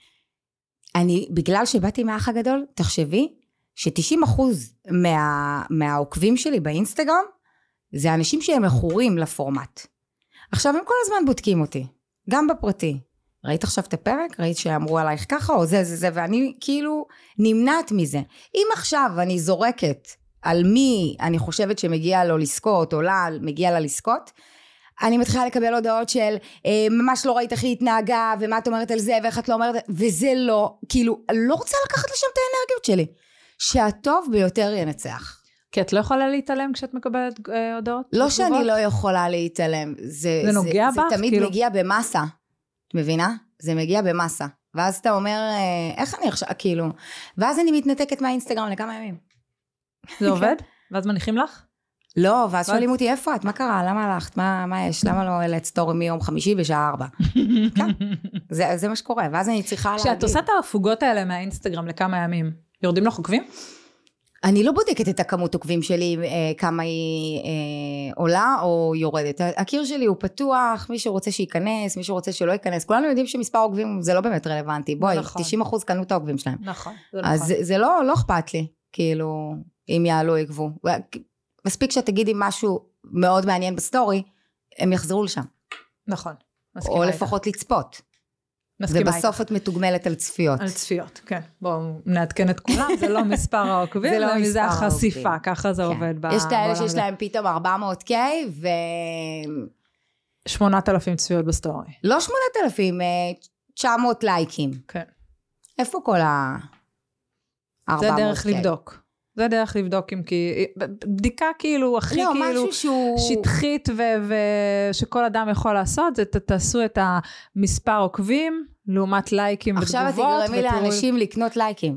A: בגלל שבאתי מהאח הגדול, תחשבי ש90% מהעוקבים שלי באינסטגרם, זה אנשים שהם מכורים לפורמט. עכשיו הם כל הזמן בודקים אותי, גם בפרטי. ראית עכשיו את הפרק? ראית שאמרו עלייך ככה או זה, ואני כאילו נמנעת מזה. אם עכשיו אני זורקת על מי אני חושבת שמגיע לו לזכות, או לה מגיע לה לזכות, אני מתחילה לקבל הודעות של ממש לא ראית איך היא התנהגה, ומה את אומרת על זה, ואיך את לא אומרת, וזה לא, כאילו, לא רוצה לקחת לשם את האנרגיות שלי. שהטוב ביותר ינצח.
B: כי את לא יכולה להתעלם כשאת מקבלת הודעות?
A: לא שאני לא יכולה להתעלם.
B: זה נוגע בך?
A: זה תמיד מגיע במסה. את מבינה? זה מגיע במסה. ואז אתה אומר, איך אני עכשיו, כאילו, ואז אני מתנתקת מהאינסטגרם לכמה ימים.
B: זה עובד? ואז מניחים לך?
A: לא, ואז שואלים אותי, איפה את? מה קרה? למה הלכת? מה יש? למה לא העלית סטורי מיום חמישי בשעה 4? כן, זה מה שקורה. ואז אני צריכה להגיד.
B: כשאת עושה את ההפוגות האלה מהאינסטגרם לכמה ימים, יורדים לך עוקבים?
A: אני לא בודקת את הכמות עוקבים שלי, כמה היא עולה או יורדת. הקיר שלי הוא פתוח, מי שרוצה שייכנס, מי שרוצה שלא ייכנס. כולנו יודעים שמספר עוקבים זה לא באמת רלוונטי. בואי, 90% קנו את העוקבים שלהם.
B: נכון.
A: אז זה לא אכפת לי, כאילו, אם יעלו יגבו. מספיק שתגידי משהו מאוד מעניין בסטורי, הם יחזרו לשם.
B: נכון.
A: או לפחות לצפות. ובסוף את מתוגמלת על צפיות.
B: על צפיות, כן. בואו נעדכן את כולם, זה לא מספר העוקבים, זה החשיפה, ככה זה עובד.
A: יש את האלה שיש להם פתאום 400K ו...
B: 8,000 צפיות בסטורי.
A: לא 8,000, 900 לייקים.
B: כן.
A: איפה כל ה-400K?
B: זה דרך לבדוק. זה דרך לבדוק אם כי, בדיקה כאילו הכי
A: לא,
B: כאילו שטחית ושכל אדם יכול לעשות, זה תעשו את המספר עוקבים, לעומת לייקים ותגובות.
A: עכשיו את תגרמי לאנשים לקנות לייקים.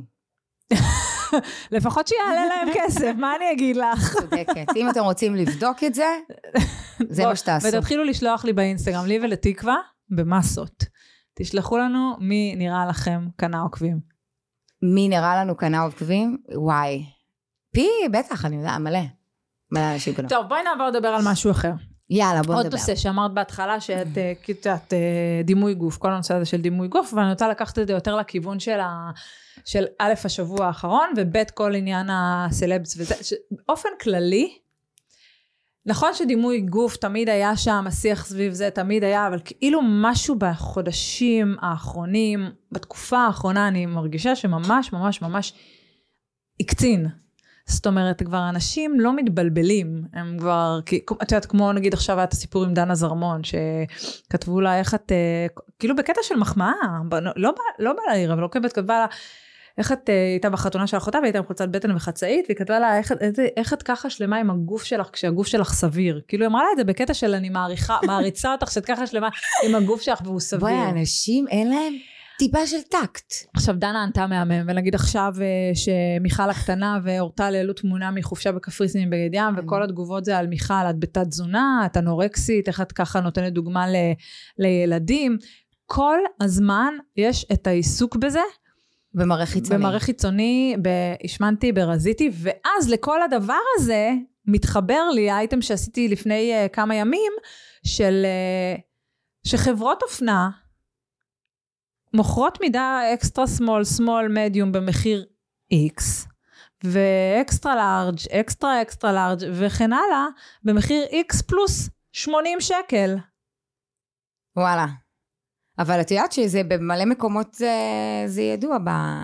B: לפחות שיעלה להם כסף, מה אני אגיד לך?
A: צודקת, אם אתם רוצים לבדוק את זה, זה מה שתעשו.
B: ותתחילו לשלוח לי באינסטגרם, לי ולתקווה, במסות. תשלחו לנו מי נראה לכם קנה עוקבים.
A: מי נראה לנו קנה עוקבים? וואי. בטח, אני יודע, מלא אנשים קנו.
B: טוב, בואי נעבור לדבר על משהו אחר.
A: יאללה, בוא נדבר.
B: עוד נושא שאמרת בהתחלה, שאת כיתת דימוי גוף, כל הנושא הזה של דימוי גוף, ואני רוצה לקחת את זה יותר לכיוון של א' השבוע האחרון, וב' כל עניין הסלבס וזה, באופן כללי, נכון שדימוי גוף תמיד היה שם, השיח סביב זה תמיד היה, אבל כאילו משהו בחודשים האחרונים, בתקופה האחרונה, אני מרגישה שממש ממש ממש הקצין. זאת אומרת, כבר אנשים לא מתבלבלים, הם כבר, את יודעת, כמו נגיד עכשיו היה את הסיפור עם דנה זרמון, שכתבו לה איך את, כאילו בקטע של מחמאה, לא בא להעיר, אבל לא כתבה לה, איך את הייתה בחתונה של אחותה, והייתה עם חולצת בטן וחצאית, והיא כתבה לה, איך את ככה שלמה עם הגוף שלך, כשהגוף שלך סביר. כאילו, אמרה לה את זה בקטע של אני מעריצה אותך, שאת ככה שלמה עם הגוף שלך, והוא סביר.
A: בואי, אנשים אין להם טיפה של טקט.
B: עכשיו, דנה ענתה מהמם, ונגיד עכשיו שמיכל הקטנה ואורטל העלו תמונה מחופשה בקפריסין בגד ים, וכל התגובות זה על מיכל, את בתת תזונה, את אנורקסית, איך את ככה נותנת דוגמה לילדים. כל הזמן יש את העיסוק בזה, במראה חיצוני, השמנתי, ברזיתי, ואז לכל הדבר הזה מתחבר לי האייטם שעשיתי לפני כמה ימים, שחברות אופנה מוכרות מידה אקסטרה סמול, סמול מדיום במחיר X, ואקסטרה לארג', אקסטרה לארג' וכן הלאה, במחיר X פלוס 80 שקל.
A: וואלה. אבל את יודעת שזה במלא מקומות זה ידוע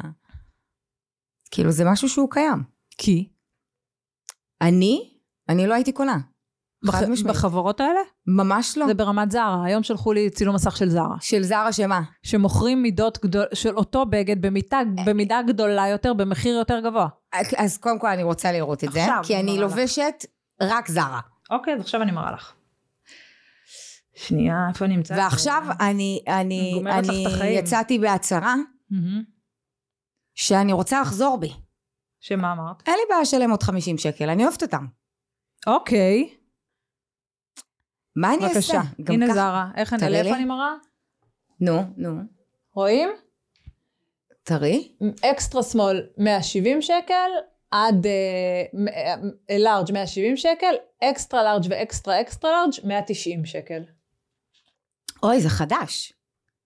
A: כאילו זה משהו שהוא קיים.
B: כי?
A: אני לא הייתי קונה.
B: בחברות האלה?
A: ממש לא.
B: זה ברמת זרה. היום שלחו לי צילום מסך של זרה.
A: של זרה שמה?
B: שמוכרים מידות של אותו בגד במידה גדולה יותר, במחיר יותר גבוה.
A: אז קודם כל אני רוצה לראות את זה, כי אני לובשת רק זרה.
B: אוקיי, אז עכשיו אני מראה לך. שנייה, איפה נמצא?
A: ועכשיו אני יצאתי בהצהרה, שאני רוצה לחזור בי.
B: שמה אמרת?
A: אין לי בעיה לשלם עוד 50 שקל, אני אוהבת אותם.
B: אוקיי.
A: מה אני אעשה?
B: הנה זרה, איך אני, איפה אני מראה?
A: נו.
B: רואים?
A: תראי.
B: אקסטרה סמול 170 שקל, עד לארג' 170 שקל, אקסטרה לארג' ואקסטרה לארג' 190 שקל.
A: אוי, זה חדש.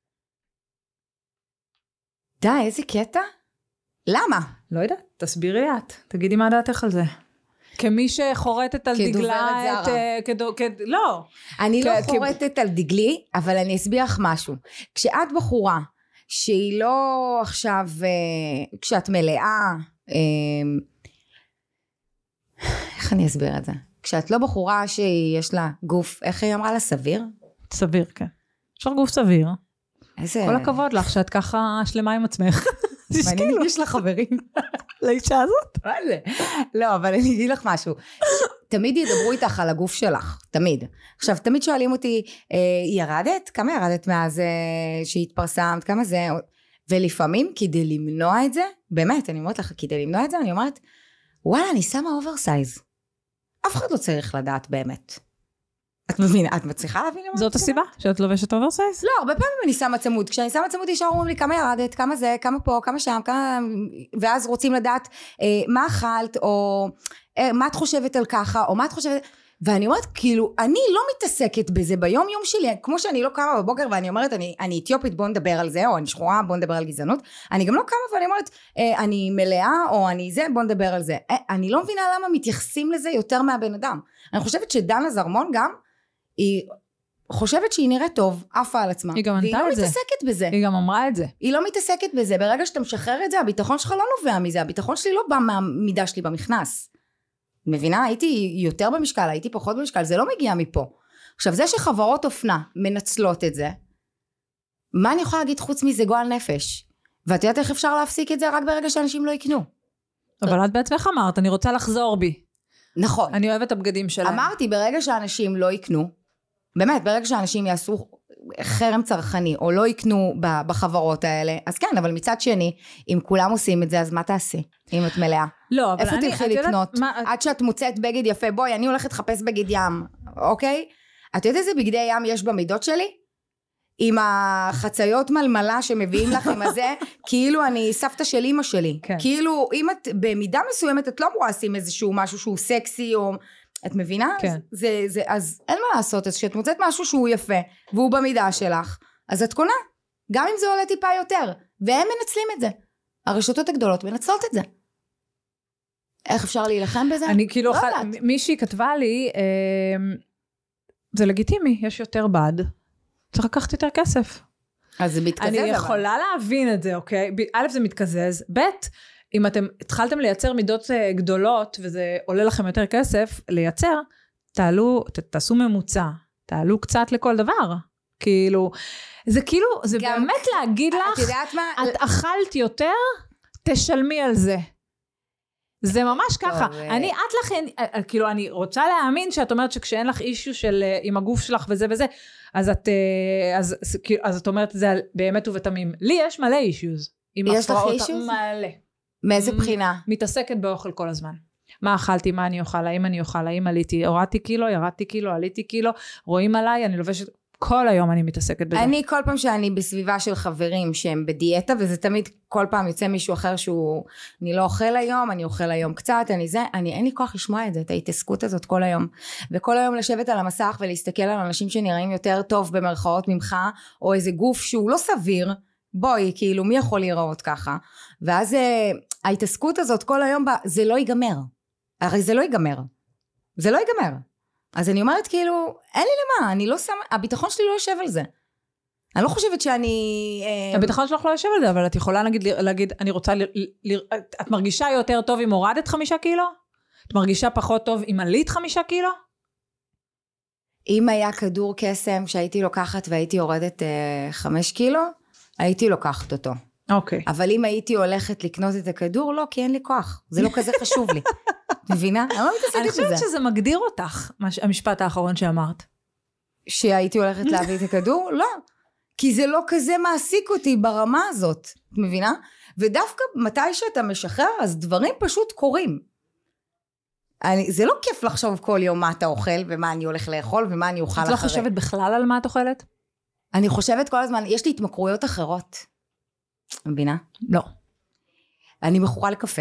A: די, איזה קטע? למה?
B: לא יודעת, תסבירי לי את. תגידי מה דעתך על זה. כמי שחורטת על דגלה לא.
A: אני לא חורטת על דגלי, אבל אני אסביר לך משהו. כשאת בחורה, שהיא לא עכשיו, כשאת מלאה, איך אני אסביר את זה? כשאת לא בחורה שיש לה גוף, איך היא אמרה לה? סביר?
B: סביר, כן. אפשר גוף סביר. כל הכבוד לך שאת ככה שלמה עם עצמך.
A: ואני נגיש לחברים.
B: לאישה הזאת?
A: לא, אבל אני אגיד לך משהו. תמיד ידברו איתך על הגוף שלך, תמיד. עכשיו, תמיד שואלים אותי, ירדת? כמה ירדת מאז שהתפרסמת? כמה זה? ולפעמים כדי למנוע את זה, באמת, אני אומרת לך, כדי למנוע את זה, אני אומרת, וואלה, אני שמה אוברסייז. אף אחד לא צריך לדעת באמת. את מבינה, את מצליחה להבין?
B: זאת הסיבה שאת לובשת אוברסייז?
A: לא, הרבה פעמים אני שמה צמוד. כשאני שמה צמוד ישר אומרים לי כמה ירדת, כמה זה, כמה פה, כמה שם, ואז רוצים לדעת מה אכלת, או מה את חושבת על ככה, או מה את חושבת... ואני אומרת, כאילו, אני לא מתעסקת בזה ביום יום שלי, כמו שאני לא קמה בבוקר ואני אומרת, אני אתיופית, בוא נדבר על זה, או אני שחורה, בוא נדבר על גזענות. אני גם לא קמה ואני אומרת, אני מלאה, או אני זה, בוא נדבר על זה. אני לא מבינה למה מתייחסים לזה יותר מהבן אדם. אני חושבת שדנה זרמון גם, היא חושבת שהיא נראית טוב, עפה על עצמה.
B: היא גם ענתה את זה.
A: והיא לא מתעסקת בזה.
B: היא גם אמרה את זה.
A: היא לא מתעסקת בזה. ברגע שאתה משחרר את זה, הביטחון שלך לא נובע מזה. הביטחון שלי לא בא מהמידה שלי במכנס. מבינה? הייתי יותר במשקל, הייתי פחות במשקל. זה לא מגיע מפה. עכשיו, זה שחברות אופנה מנצלות את זה, מה אני יכולה להגיד חוץ מזה גועל נפש? ואת יודעת איך אפשר להפסיק את זה רק ברגע שאנשים לא יקנו?
B: אבל את בעצמך אמרת, אני רוצה לחזור בי.
A: נכון.
B: אני אוהבת את הבגדים שלהם.
A: אמרתי, ברגע שאנשים לא יקנו, באמת, ברגע שאנשים יעשו חרם צרכני, או לא יקנו בחברות האלה, אז כן, אבל מצד שני, אם כולם עושים את זה, אז מה תעשי? אם את מלאה?
B: לא, אבל
A: איפה תלכי לקנות? עד שאת מוצאת בגד יפה, בואי, אני הולכת לחפש בגד ים, אוקיי? את יודעת איזה בגדי ים יש במידות שלי? עם החציות מלמלה שמביאים לך עם הזה, כאילו אני סבתא של אמא שלי. כן. כאילו, אם את במידה מסוימת, את לא אמורה לשים איזשהו משהו שהוא סקסי, או... את מבינה?
B: כן.
A: אז אין מה לעשות, אז כשאת מוצאת משהו שהוא יפה, והוא במידה שלך, אז את קונה, גם אם זה עולה טיפה יותר, והם מנצלים את זה. הרשתות הגדולות מנצלות את זה. איך אפשר להילחם בזה?
B: אני כאילו, מישהי כתבה לי, זה לגיטימי, יש יותר בד, צריך לקחת יותר כסף.
A: אז זה מתקזז.
B: אני יכולה להבין את זה, אוקיי? א', זה מתקזז, ב', אם אתם התחלתם לייצר מידות גדולות, וזה עולה לכם יותר כסף, לייצר, תעשו ממוצע, תעלו קצת לכל דבר. כאילו, זה כאילו, זה באמת להגיד לך, את אכלת יותר, תשלמי על זה. זה ממש ככה. אני, את לכן, כאילו, אני רוצה להאמין שאת אומרת שכשאין לך אישו של, עם הגוף שלך וזה וזה, אז את אומרת, זה באמת ובתמים. לי יש מלא אישוז.
A: יש לך אישוז?
B: מלא.
A: מאיזה בחינה?
B: מתעסקת באוכל כל הזמן. מה אכלתי, מה אני אוכל, האם אני אוכל, האם עליתי, הורדתי קילו, ירדתי קילו, עליתי קילו, רואים עליי, אני לובשת, כל היום אני מתעסקת בזה.
A: אני כל פעם שאני בסביבה של חברים שהם בדיאטה, וזה תמיד כל פעם יוצא מישהו אחר שהוא, אני לא אוכל היום, אני אוכל היום קצת, אין לי כוח לשמוע את זה, את ההתעסקות הזאת כל היום. וכל היום לשבת על המסך ולהסתכל על אנשים שנראים יותר טוב במרכאות ממך, או איזה גוף שהוא לא סביר, בואי, כאילו מי יכול להיראות ככה? ואז ההתעסקות הזאת כל היום, זה לא ייגמר. הרי זה לא ייגמר. זה לא ייגמר. אז אני אומרת כאילו, אין לי למה, אני לא שמה, הביטחון שלי לא יושב על זה. אני לא חושבת שאני...
B: הביטחון שלך לא יושב על זה, אבל את יכולה להגיד, אני רוצה, את מרגישה יותר טוב אם הורדת 5 קילו? את מרגישה פחות טוב אם עלית 5 קילו?
A: אם היה כדור קסם שהייתי לוקחת והייתי יורדת 5 קילו, הייתי לוקחת אותו.
B: אוקיי.
A: אבל אם הייתי הולכת לקנות את הכדור, לא, כי אין לי כוח. זה לא כזה חשוב לי. מבינה? אני לא מתעסקת בזה.
B: אני חושבת שזה מגדיר אותך, המשפט האחרון שאמרת.
A: שהייתי הולכת להביא את הכדור? לא. כי זה לא כזה מעסיק אותי ברמה הזאת. את מבינה? ודווקא מתי שאתה משחרר, אז דברים פשוט קורים. זה לא כיף לחשוב כל יום מה אתה אוכל, ומה אני הולך לאכול, ומה אני אוכל אחרי.
B: את לא חושבת בכלל על מה את אוכלת?
A: אני חושבת כל הזמן, יש לי התמכרויות אחרות. מבינה?
B: לא.
A: אני מכורה לקפה.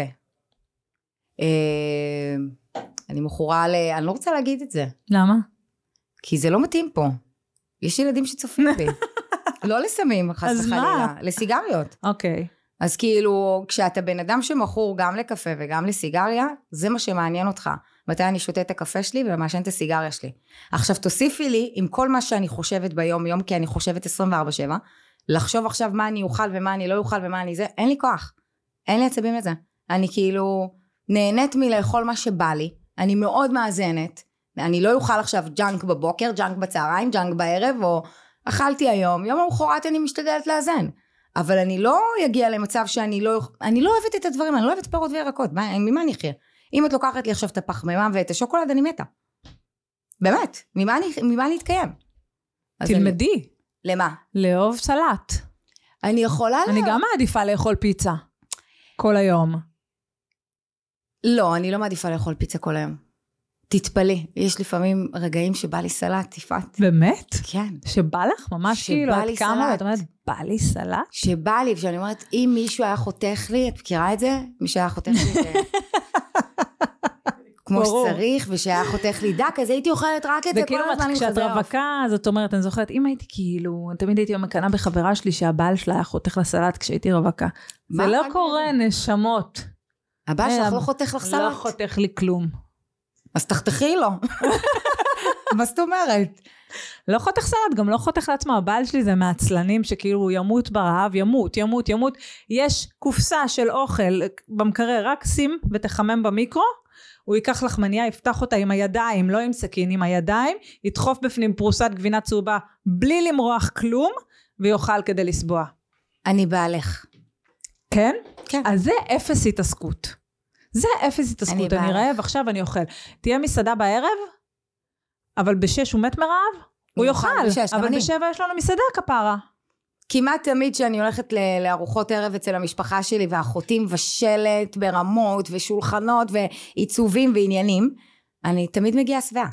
A: אני מכורה אני לא רוצה להגיד את זה.
B: למה?
A: כי זה לא מתאים פה. יש ילדים שצופים בי. לא לסמים, חס וחלילה. לסיגריות.
B: אוקיי.
A: אז כאילו, כשאתה בן אדם שמכור גם לקפה וגם לסיגריה, זה מה שמעניין אותך. מתי אני שותה את הקפה שלי ומעשן את הסיגריה שלי. עכשיו תוסיפי לי, עם כל מה שאני חושבת ביום יום, כי אני חושבת 24/7, לחשוב עכשיו מה אני אוכל ומה אני לא אוכל ומה אני זה, אין לי כוח. אין לי עצבים לזה. אני כאילו נהנית מלאכול מה שבא לי, אני מאוד מאזנת, אני לא אוכל עכשיו ג'אנק בבוקר, ג'אנק בצהריים, ג'אנק בערב, או אכלתי היום, יום המחרת אני משתדלת לאזן. אבל אני לא אגיע למצב שאני לא אוהבת את הדברים, אני לא אוהבת פירות וירקות, ממה אני אחיה? אם את לוקחת לי עכשיו את הפחמימה ואת השוקולד, אני מתה. באמת, ממה אני אתקיים?
B: תלמדי.
A: למה?
B: לאהוב סלט.
A: אני יכולה
B: אני גם מעדיפה לאכול פיצה. כל היום.
A: לא, אני לא מעדיפה לאכול פיצה כל היום. תתפלא, יש לפעמים רגעים שבא לי סלט, יפעת.
B: באמת?
A: כן.
B: שבא לך? ממש כאילו, את כמה ואת אומרת, בא לי סלט?
A: שבא לי, ושאני אומרת, אם מישהו היה חותך לי, את מכירה את זה? מישהו היה חותך לי כמו שצריך, ושהיה חותך לי דק, אז הייתי אוכלת רק את זה כל הזמן.
B: וכשאת רווקה, זאת אומרת, אני זוכרת, אם הייתי כאילו, תמיד הייתי מקנה בחברה שלי, שהבעל שלה היה חותך לסלט כשהייתי רווקה. זה לא קורה, נשמות.
A: הבעל שלך לא חותך לך סלט?
B: לא חותך לי כלום.
A: אז תחתכי לו. מה זאת אומרת?
B: לא חותך סלט, גם לא חותך לעצמו. הבעל שלי זה מעצלנים שכאילו הוא ימות ברעב, ימות. יש קופסה של אוכל במקרר, רק שים ותחמם במיקרו, הוא ייקח לחמניה, יפתח אותה עם הידיים, לא עם סכין, עם הידיים, ידחוף בפנים פרוסת גבינה צהובה, בלי למרוח כלום, ויאכל כדי לסבוע.
A: אני בעלך.
B: כן?
A: כן.
B: אז זה אפס התעסקות. זה אפס התעסקות. אני רעב, עכשיו אני אוכל. תהיה מסעדה בערב, אבל ב6 הוא מת מרעב, הוא יאכל. אבל ב7 יש לנו מסעדה כפרה.
A: כמעט תמיד שאני הולכת לארוחות ערב אצל המשפחה שלי, והאחותי מבשלת ברמות ושולחנות ועיצובים ועניינים, אני תמיד מגיעה שבעה.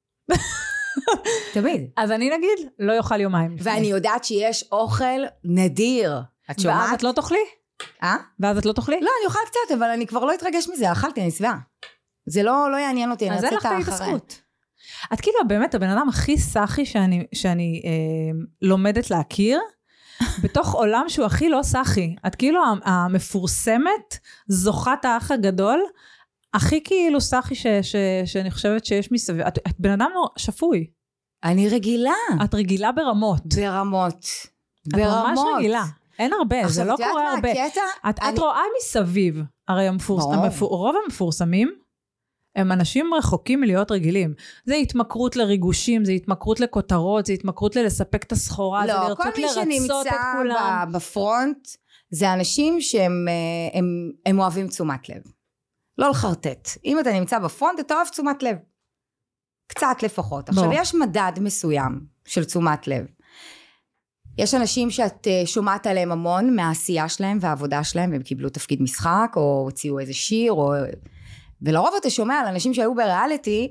A: תמיד.
B: אז אני נגיד, לא יאכל יומיים.
A: ואני יודעת שיש אוכל נדיר. את שומעת?
B: ואז את לא תאכלי? ואז את לא תאכלי?
A: לא, אני אוכל קצת, אבל אני כבר לא אתרגש מזה, אכלתי, אני שבעה. זה לא יעניין אותי, אני אצאת אחרי.
B: אז אין לך התעסקות. את כאילו באמת הבן אדם הכי סחי שאני לומדת להכיר, בתוך עולם שהוא הכי לא סחי. את כאילו המפורסמת, זוכת האח הגדול, הכי כאילו סחי שאני חושבת שיש מסביב. את בן אדם לא שפוי.
A: אני רגילה.
B: את רגילה ברמות.
A: ברמות.
B: את ממש רגילה. אין הרבה, זה לא קורה הרבה. את רואה מסביב, הרי רוב המפורסמים, הם אנשים רחוקים מלהיות רגילים. זה התמכרות לריגושים, זה התמכרות לכותרות, זה התמכרות ללספק את הסחורה, זה לרצות לרצות את כולם. לא, כל מי שנמצא בפרונט, זה אנשים שהם אוהבים תשומת לב. לא לחרטט. אם אתה נמצא בפרונט, אתה אוהב תשומת לב. קצת לפחות. עכשיו, יש מדד מסוים של תשומת לב. יש אנשים שאת שומעת עליהם המון מהעשייה שלהם והעבודה שלהם, והם קיבלו תפקיד משחק, או הוציאו איזה שיר, ולרוב אתה שומע על אנשים שהיו בריאליטי,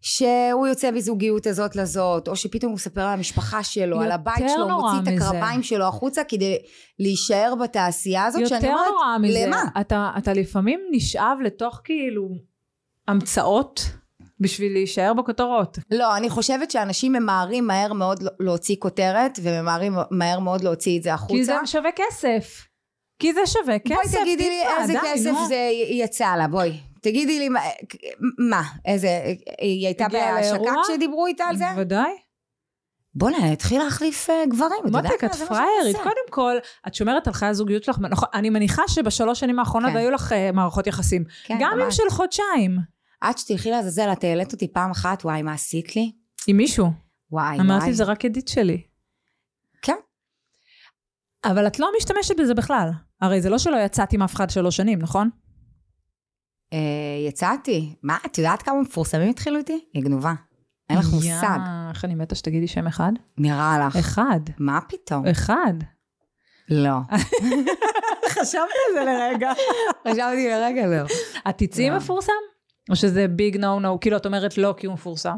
A: שהוא יוצא בזוגיות הזאת לזאת, או שפתאום הוא מספר על המשפחה שלו, על הבית שלו, הוא מוציא את הקרביים שלו החוצה, כדי להישאר בתעשייה הזאת,
B: יותר נורא מזה. למה? אתה לפעמים נשאב לתוך כאילו המצאות, בשביל להישאר בכותרות.
A: לא, אני חושבת שאנשים ממהרים מהר מאוד להוציא כותרת, וממהרים מהר מאוד להוציא את זה החוצה. כי
B: זה שווה כסף. כי זה שווה כסף.
A: בואי תגידי לי איזה כסף זה יצא לה, בואי. תגידי לי, מה? איזה, היא הייתה בהשקה כשדיברו איתה על זה?
B: ודאי.
A: בוא'נה, התחיל להחליף גברים.
B: מותק, את פריירית. קודם כל, את שומרת על חיי הזוגיות שלך. אני מניחה שבשלוש שנים האחרונות היו לך מערכות יחסים. גם אם של חודשיים.
A: עד שתלכי לעזאזל, את העלית אותי פעם אחת, וואי, מה עשית לי?
B: עם מישהו.
A: וואי.
B: אמרתי, זה רק ידיד שלי.
A: כן.
B: אבל את לא משתמשת בזה בכלל. הרי זה לא שלא יצאתי עם אף אחד 3 שנים, נכון?
A: יצאתי. מה, את יודעת כמה מפורסמים התחילו איתי? היא גנובה. אין לך מושג.
B: איך אני מתה שתגידי שם אחד?
A: נראה לך.
B: אחד.
A: מה פתאום?
B: אחד.
A: לא.
B: חשבת על זה לרגע.
A: חשבתי לרגע, לא.
B: את תצאי מפורסם? או שזה ביג נו נו, כאילו את אומרת לא כי הוא מפורסם?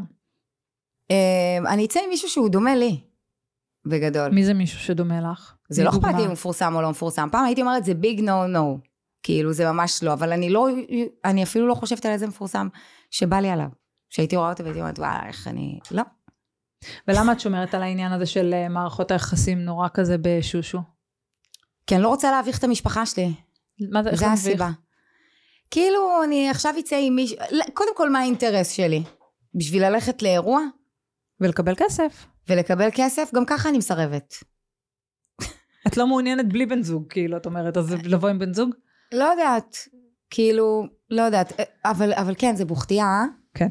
A: אני אצא עם מישהו שהוא דומה לי, בגדול.
B: מי זה מישהו שדומה לך?
A: זה לא אכפת לי אם הוא מפורסם או לא מפורסם. פעם הייתי אומרת זה ביג נו נו, כאילו זה ממש לא, אבל אני אפילו לא חושבת על איזה מפורסם שבא לי עליו. שהייתי רואה אותו והייתי אומרת וואי איך אני, לא.
B: ולמה את שומרת על העניין הזה של מערכות היחסים נורא כזה בשושו?
A: כי אני לא רוצה להביך את המשפחה שלי.
B: מה זה, איך
A: זה הסיבה. כאילו אני עכשיו אצא עם מישהו, קודם כל מה האינטרס שלי? בשביל ללכת לאירוע?
B: ולקבל כסף.
A: ולקבל כסף, גם ככה אני מסרבת.
B: את לא מעוניינת בלי בן זוג, כאילו, את אומרת, אז לבוא עם בן זוג?
A: לא יודעת, כאילו, לא יודעת, אבל כן, זה בוכתייה.
B: כן.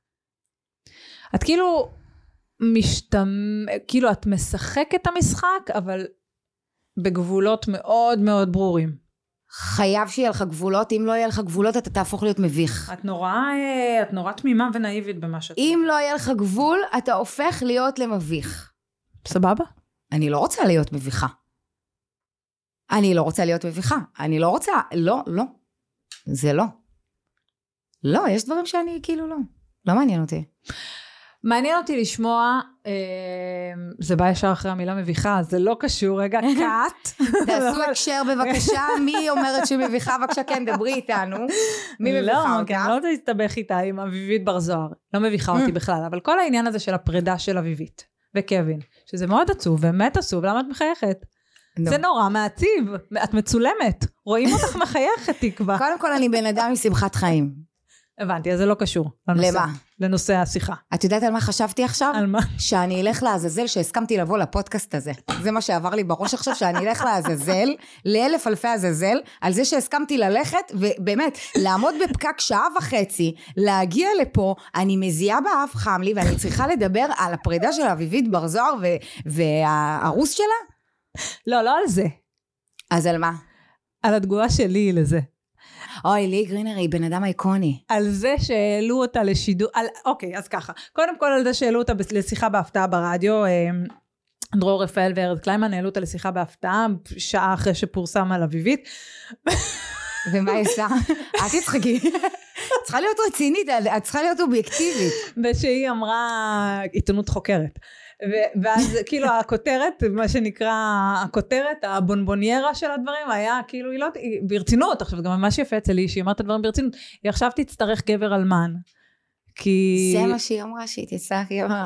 B: את כאילו, כאילו, את משחקת את המשחק, אבל בגבולות מאוד מאוד ברורים.
A: חייב שיהיה לך גבולות, אם לא יהיה לך גבולות, אתה תהפוך להיות מביך.
B: את נורא תמימה ונאיבית במה שאת...
A: אם לא יהיה לך גבול, אתה הופך להיות למביך.
B: סבבה?
A: אני לא רוצה להיות מביכה. אני לא רוצה להיות מביכה. אני לא רוצה, לא. זה לא. לא, יש דברים שאני כאילו לא. לא מעניין אותי.
B: מעניין אותי לשמוע, זה בא ישר אחרי המילה מביכה, זה לא קשור, רגע, קאט.
A: תעשו הקשר בבקשה, מי אומרת שמביכה, בבקשה כן, דברי איתנו. מי מביכה אותה?
B: לא, אני לא תסתבך איתה עם אביבית בר זוהר, לא מביכה אותי בכלל, אבל כל העניין הזה של הפרידה של אביבית וקווין, שזה מאוד עצוב, באמת עצוב, למה את מחייכת? זה נורא מעציב, את מצולמת, רואים אותך מחייכת, תקווה.
A: קודם כל אני בן אדם עם שמחת חיים.
B: הבנתי, אז זה לא קשור.
A: למה?
B: לנושא השיחה.
A: את יודעת על מה חשבתי עכשיו?
B: על מה?
A: שאני אלך לעזאזל, שהסכמתי לבוא לפודקאסט הזה. זה מה שעבר לי בראש עכשיו, שאני אלך לעזאזל, לאלף אלפי עזאזל, על זה שהסכמתי ללכת, ובאמת, לעמוד בפקק 1.5 שעה, להגיע לפה, אני מזיעה באף חם לי, ואני צריכה לדבר על הפרידה של אביבית בר זוהר, והרוס שלה?
B: לא על זה.
A: אז על מה?
B: על התגובה שלי לזה.
A: אוי, לי גרינר היא בן אדם אייקוני.
B: על זה שהעלו אותה לשידור, אוקיי, אז ככה. קודם כל על זה שהעלו אותה לשיחה בהפתעה ברדיו, דרור רפאל וארד קליימן העלו אותה לשיחה בהפתעה, שעה אחרי שפורסם על אביבית.
A: ומה עשה? את תצחקי. צריכה להיות רצינית, את צריכה להיות אובייקטיבית.
B: ושהיא אמרה עיתונות חוקרת. ואז כאילו הכותרת, מה שנקרא הכותרת, הבונבוניירה של הדברים היה כאילו, היא לא, ברצינות, עכשיו גם ממש יפה אצלי, שהיא אמרת הדברים ברצינות, היא עכשיו תצטרך גבר אלמן, כי...
A: זה מה שהיא אמרה, שהיא תצטרך גבר...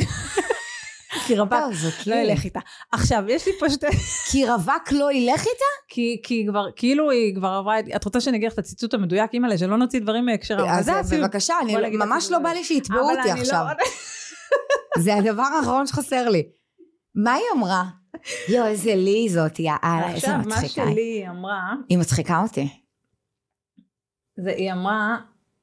B: כי רווק לא ילך איתה. עכשיו, יש לי פה
A: כי רווק לא ילך איתה?
B: כי כבר, כאילו היא כבר עברה, את רוצה שנגיד את הציטוט המדויק, אימא'לה, שלא נוציא דברים מהקשר.
A: אז בבקשה, ממש לא בא לי שיתבעו אותי עכשיו. זה הדבר האחרון שחסר לי. מה היא אמרה? יו, איזה לי זאת, יאללה, איזה מצחיקה.
B: עכשיו, מה שלי אמרה...
A: היא מצחיקה אותי.
B: היא אמרה...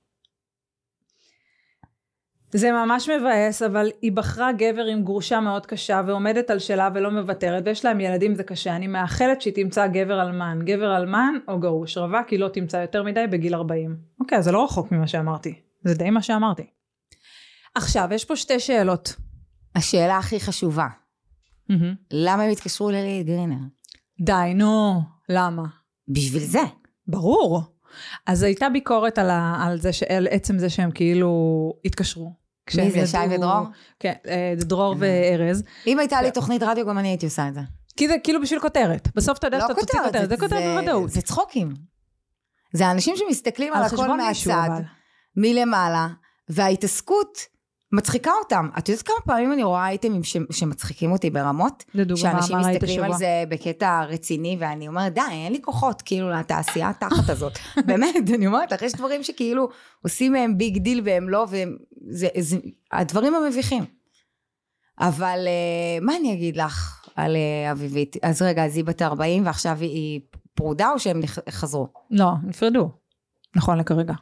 B: זה ממש מבאס, אבל היא בחרה גבר עם גרושה מאוד קשה, ועומדת על שלה ולא מוותרת, ויש להם ילדים, זה קשה. אני מאחלת שהיא תמצא גבר אלמן. גבר אלמן או גרוש. רווק היא לא תמצא יותר מדי בגיל 40. אוקיי, זה לא רחוק ממה שאמרתי. זה די מה שאמרתי. עכשיו, יש פה 2 שאלות.
A: השאלה הכי חשובה. למה הם התקשרו ללי גרינר?
B: די, נו, למה?
A: בשביל זה.
B: ברור. אז הייתה ביקורת על זה, על עצם זה שהם כאילו התקשרו.
A: מי זה, שי ודרור?
B: כן, דרור וארז.
A: אם הייתה לי תוכנית רדיו, גם אני הייתי עושה את זה.
B: כי זה כאילו בשביל כותרת. בסוף אתה יודע שאתה תוציא כותרת, זה כותרת בוודאות.
A: זה צחוקים. זה האנשים שמסתכלים על הכל מהצד, מלמעלה, וההתעסקות מצחיקה אותם. את יודעת כמה פעמים אני רואה אייטמים שמצחיקים אותי ברמות? שאנשים מסתכלים על זה בקטע רציני, ואני אומרת, די, אין לי כוחות, כאילו, לתעשייה התחת הזאת. באמת, אני אומרת לך, יש דברים שכאילו עושים מהם ביג דיל, והם לא, הדברים המביכים. אבל מה אני אגיד לך על אביבית? אז רגע, אז היא בת 40, ועכשיו היא פרודה, או שהם חזרו?
B: לא, נפרדו. נכון, לכרגע.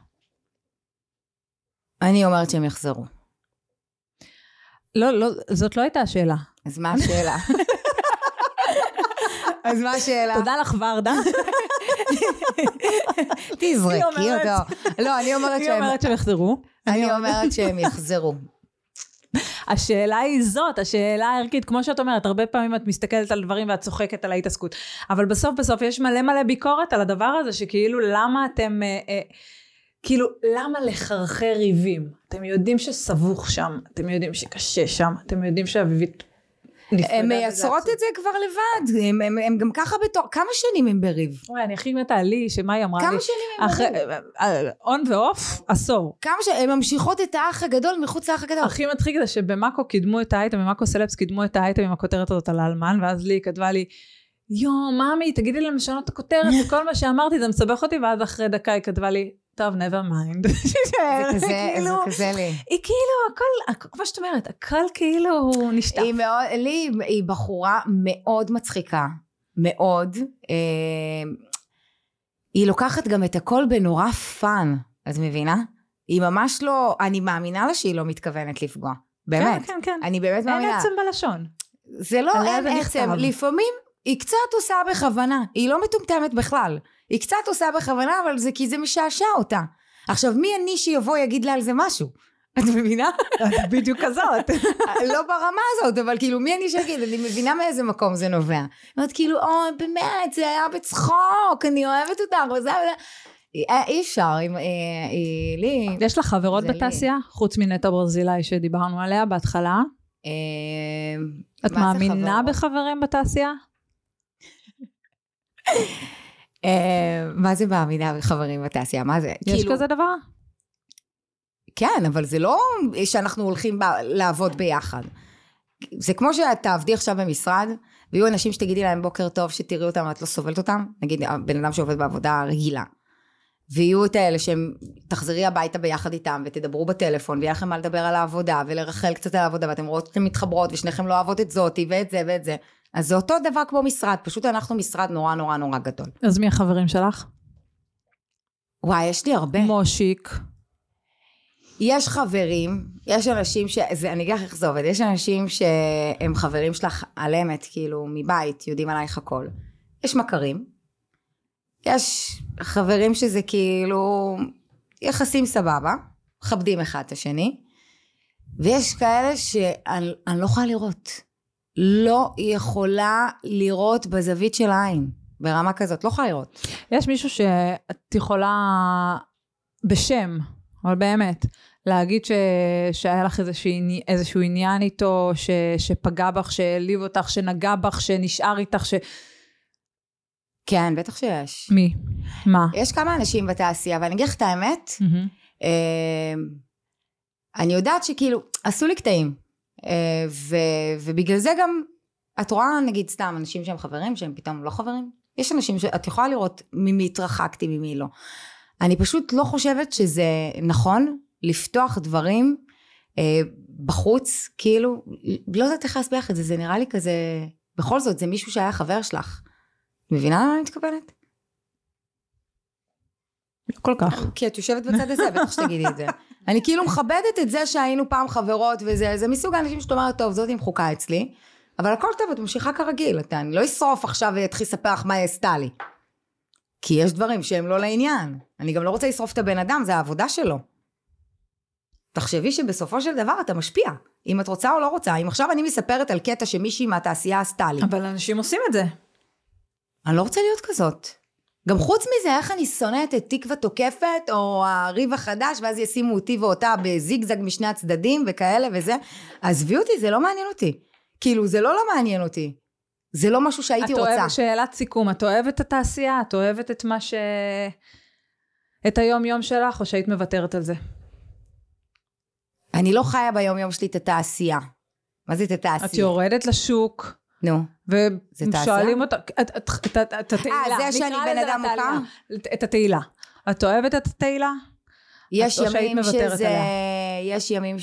A: אני אומרת שהם יחזרו.
B: לא, זאת לא הייתה השאלה.
A: אז מה השאלה? אז מה השאלה?
B: תודה לך ורדה.
A: תזרקי אותו. לא, אני אומרת
B: שהם יחזרו.
A: אני אומרת שהם יחזרו.
B: השאלה היא זאת, השאלה הערכית, כמו שאת אומרת, הרבה פעמים את מסתכלת על דברים ואת צוחקת על ההתעסקות, אבל בסוף יש מלא ביקורת על הדבר הזה, שכאילו למה אתם... כאילו, למה לחרחר ריבים? אתם יודעים שסבוך שם, אתם יודעים שקשה שם, אתם יודעים שאביבית נפרדה.
A: הם מייצרות את זה כבר לבד, הם גם ככה בתור, כמה שנים הם בריב?
B: וואי, אני הכי מתה לי, שמה היא אמרה לי?
A: כמה שנים הם בריב?
B: און ואוף, עשור.
A: כמה שנים, הם ממשיכות את האח הגדול מחוץ לאח הגדול.
B: הכי מצחיק זה שבמאקו קידמו את האייטם, במאקו סלפס קידמו את האייטם עם הכותרת הזאת על האלמן, ואז לי כתבה לי, מאמי, תגידי להם לשנות את הכותרת, וכל מה שאמרתי, זה מסבך אותי, ואז אחרי דקה היא כתבה לי, טוב, never mind.
A: זה כזה לי.
B: היא כאילו, הכל, כמו שאת אומרת, הכל כאילו הוא נשטף.
A: היא בחורה מאוד מצחיקה, מאוד. היא לוקחת גם את הכל בנורא פאן, את מבינה? היא ממש לא, אני מאמינה לה שהיא לא מתכוונת לפגוע. באמת.
B: כן.
A: אני באמת מאמינה.
B: אין עצם בלשון.
A: זה לא אין עצם, לפעמים היא קצת עושה בכוונה, היא לא מטומטמת בכלל. היא קצת עושה בכוונה, אבל זה כי זה משעשע אותה. עכשיו, מי אני שיבוא יגיד לה על זה משהו? את מבינה?
B: בדיוק כזאת.
A: לא ברמה הזאת, אבל כאילו, מי אני שיגיד? אני מבינה מאיזה מקום זה נובע. אומרת, כאילו, באמת, זה היה בצחוק, אני אוהבת אותך, וזה... אי אפשר, לי...
B: יש לך חברות בתעשייה? חוץ מנטע ברזילי שדיברנו עליה בהתחלה? את מאמינה בחברים בתעשייה?
A: מה זה מאמינה בחברים בתעשייה? מה זה?
B: יש כזה דבר?
A: כן, אבל זה לא שאנחנו הולכים לעבוד ביחד. זה כמו שאת תעבדי עכשיו במשרד, ויהיו אנשים שתגידי להם בוקר טוב, שתראי אותם ואת לא סובלת אותם, נגיד בן אדם שעובד בעבודה רגילה, ויהיו את האלה שהם תחזרי הביתה ביחד איתם, ותדברו בטלפון, ויהיה לכם מה לדבר על העבודה, ולרחל קצת על העבודה, ואתם רואות שאתם מתחברות, ושניכם לא אוהבות את זאתי, ואת זה ואת זה. אז זה אותו דבר כמו משרד, פשוט אנחנו משרד נורא נורא נורא גדול.
B: אז מי החברים שלך?
A: וואי, יש לי הרבה.
B: מושיק.
A: יש חברים, יש אנשים אני אגיד לך איך זה עובד, יש אנשים שהם חברים שלך על אמת, כאילו מבית, יודעים עלייך הכל. יש מכרים, יש חברים שזה כאילו יחסים סבבה, מכבדים אחד את השני, ויש כאלה שאני לא יכולה לראות. לא יכולה לראות בזווית של העין, ברמה כזאת, לא יכולה לראות.
B: יש מישהו שאת יכולה בשם, אבל באמת, להגיד שהיה לך איזשהו עניין איתו, שפגע בך, שהעליב אותך, שנגע בך, שנשאר איתך,
A: כן, בטח שיש.
B: מי? מה?
A: יש כמה אנשים בתעשייה, ואני אגיד לך את האמת, אני יודעת שכאילו, עשו לי קטעים, ובגלל זה גם, את רואה נגיד סתם אנשים שהם חברים, שהם פתאום לא חברים, יש אנשים שאת יכולה לראות ממי התרחקתי, ממי לא. אני פשוט לא חושבת שזה נכון, לפתוח דברים בחוץ, כאילו, לא יודעת איך להסביר את זה, זה נראה לי כזה, בכל זאת, זה מישהו שהיה חבר שלך. מבינה מה אני מתכוונת?
B: כל כך.
A: כי את יושבת בצד הזה, בטח שתגידי את זה. אני כאילו מכבדת את זה שהיינו פעם חברות, וזה, זה מסוג האנשים שאת אומרת, טוב, זאת עם חוקה אצלי, אבל הכל טוב, את ממשיכה כרגיל, אני לא אשרוף עכשיו ויתחיל לספר לך מה היא עשתה לי. כי יש דברים שהם לא לעניין. אני גם לא רוצה לשרוף את הבן אדם, זה העבודה שלו. תחשבי שבסופו של דבר אתה משפיע, אם את רוצה או לא רוצה. אם עכשיו אני מספרת על קטע שמישהי מהתעשייה עשתה לי.
B: אבל אנשים עושים את זה.
A: אני לא רוצה להיות כזאת. גם חוץ מזה, איך אני שונאת את תקווה תוקפת, או הריב החדש, ואז ישימו אותי ואותה בזיגזג משני הצדדים, וכאלה וזה. עזבי אותי, זה לא מעניין אותי. כאילו, זה לא מעניין אותי. זה לא משהו שהייתי רוצה.
B: את אוהבת שאלת סיכום, את אוהבת את התעשייה? את אוהבת את מה את היום יום שלך, או שהיית מוותרת על זה?
A: אני לא חיה ביום יום שלי את התעשייה. מה זה את התעשייה?
B: את יורדת לשוק.
A: נו.
B: ושואלים אותה, את התהילה.
A: זה שאני בן אדם מוכר?
B: את התהילה. את אוהבת את התהילה?
A: יש ימים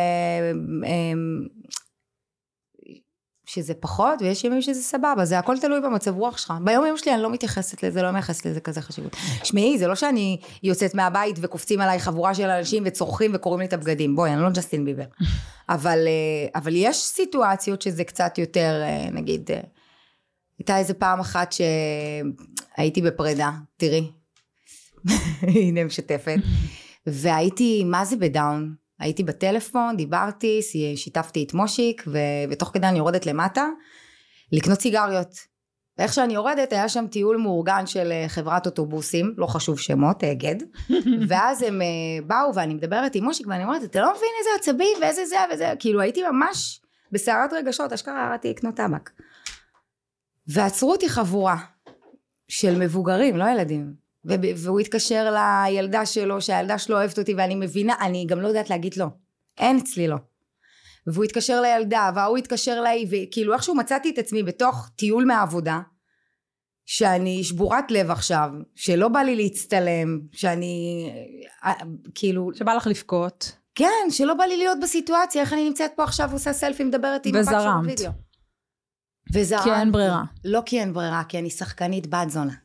A: שזה פחות, ויש ימים שזה סבבה, זה הכל תלוי במצב רוח שלך. ביום יום שלי אני לא מתייחסת לזה, לא מייחסת לזה כזה חשיבות. שמעי, זה לא שאני יוצאת מהבית וקופצים עליי חבורה של אנשים וצורכים וקוראים לי את הבגדים. בואי, אני לא ג'סטין ביבר. אבל יש סיטואציות שזה קצת יותר, נגיד, הייתה איזה פעם אחת שהייתי בפרידה, תראי, הנה משתפת, והייתי, מה זה בדאון? הייתי בטלפון, דיברתי, שיתפתי את מושיק, ותוך כדי אני יורדת למטה, לקנות סיגריות. ואיך שאני יורדת, היה שם טיול מאורגן של חברת אוטובוסים, לא חשוב שמות, אגד, ואז הם באו, ואני מדברת עם מושיק, ואני אומרת, אתה לא מבין איזה עצבים, ואיזה זה וזה, כאילו הייתי ממש בסערת רגשות, אשכרה ירדתי לקנות טבק. ועצרו אותי חבורה של מבוגרים, לא ילדים. והוא התקשר לילדה שלו, שהילדה שלו אוהבת אותי, ואני מבינה, אני גם לא יודעת להגיד לא. אין אצלי לא. והוא התקשר לילדה, והוא התקשר לה, וכאילו איכשהו מצאתי את עצמי בתוך טיול מהעבודה, שאני שבורת לב עכשיו, שלא בא לי להצטלם, שאני, כאילו...
B: שבא לך לפקות.
A: כן, שלא בא לי להיות בסיטואציה, איך אני נמצאת פה עכשיו, ועושה סלפי, מדברת עם הבת של וידאו. וזרמת.
B: כי אין ברירה.
A: לא כי אין ברירה, כי אני שחקנית בת זונה.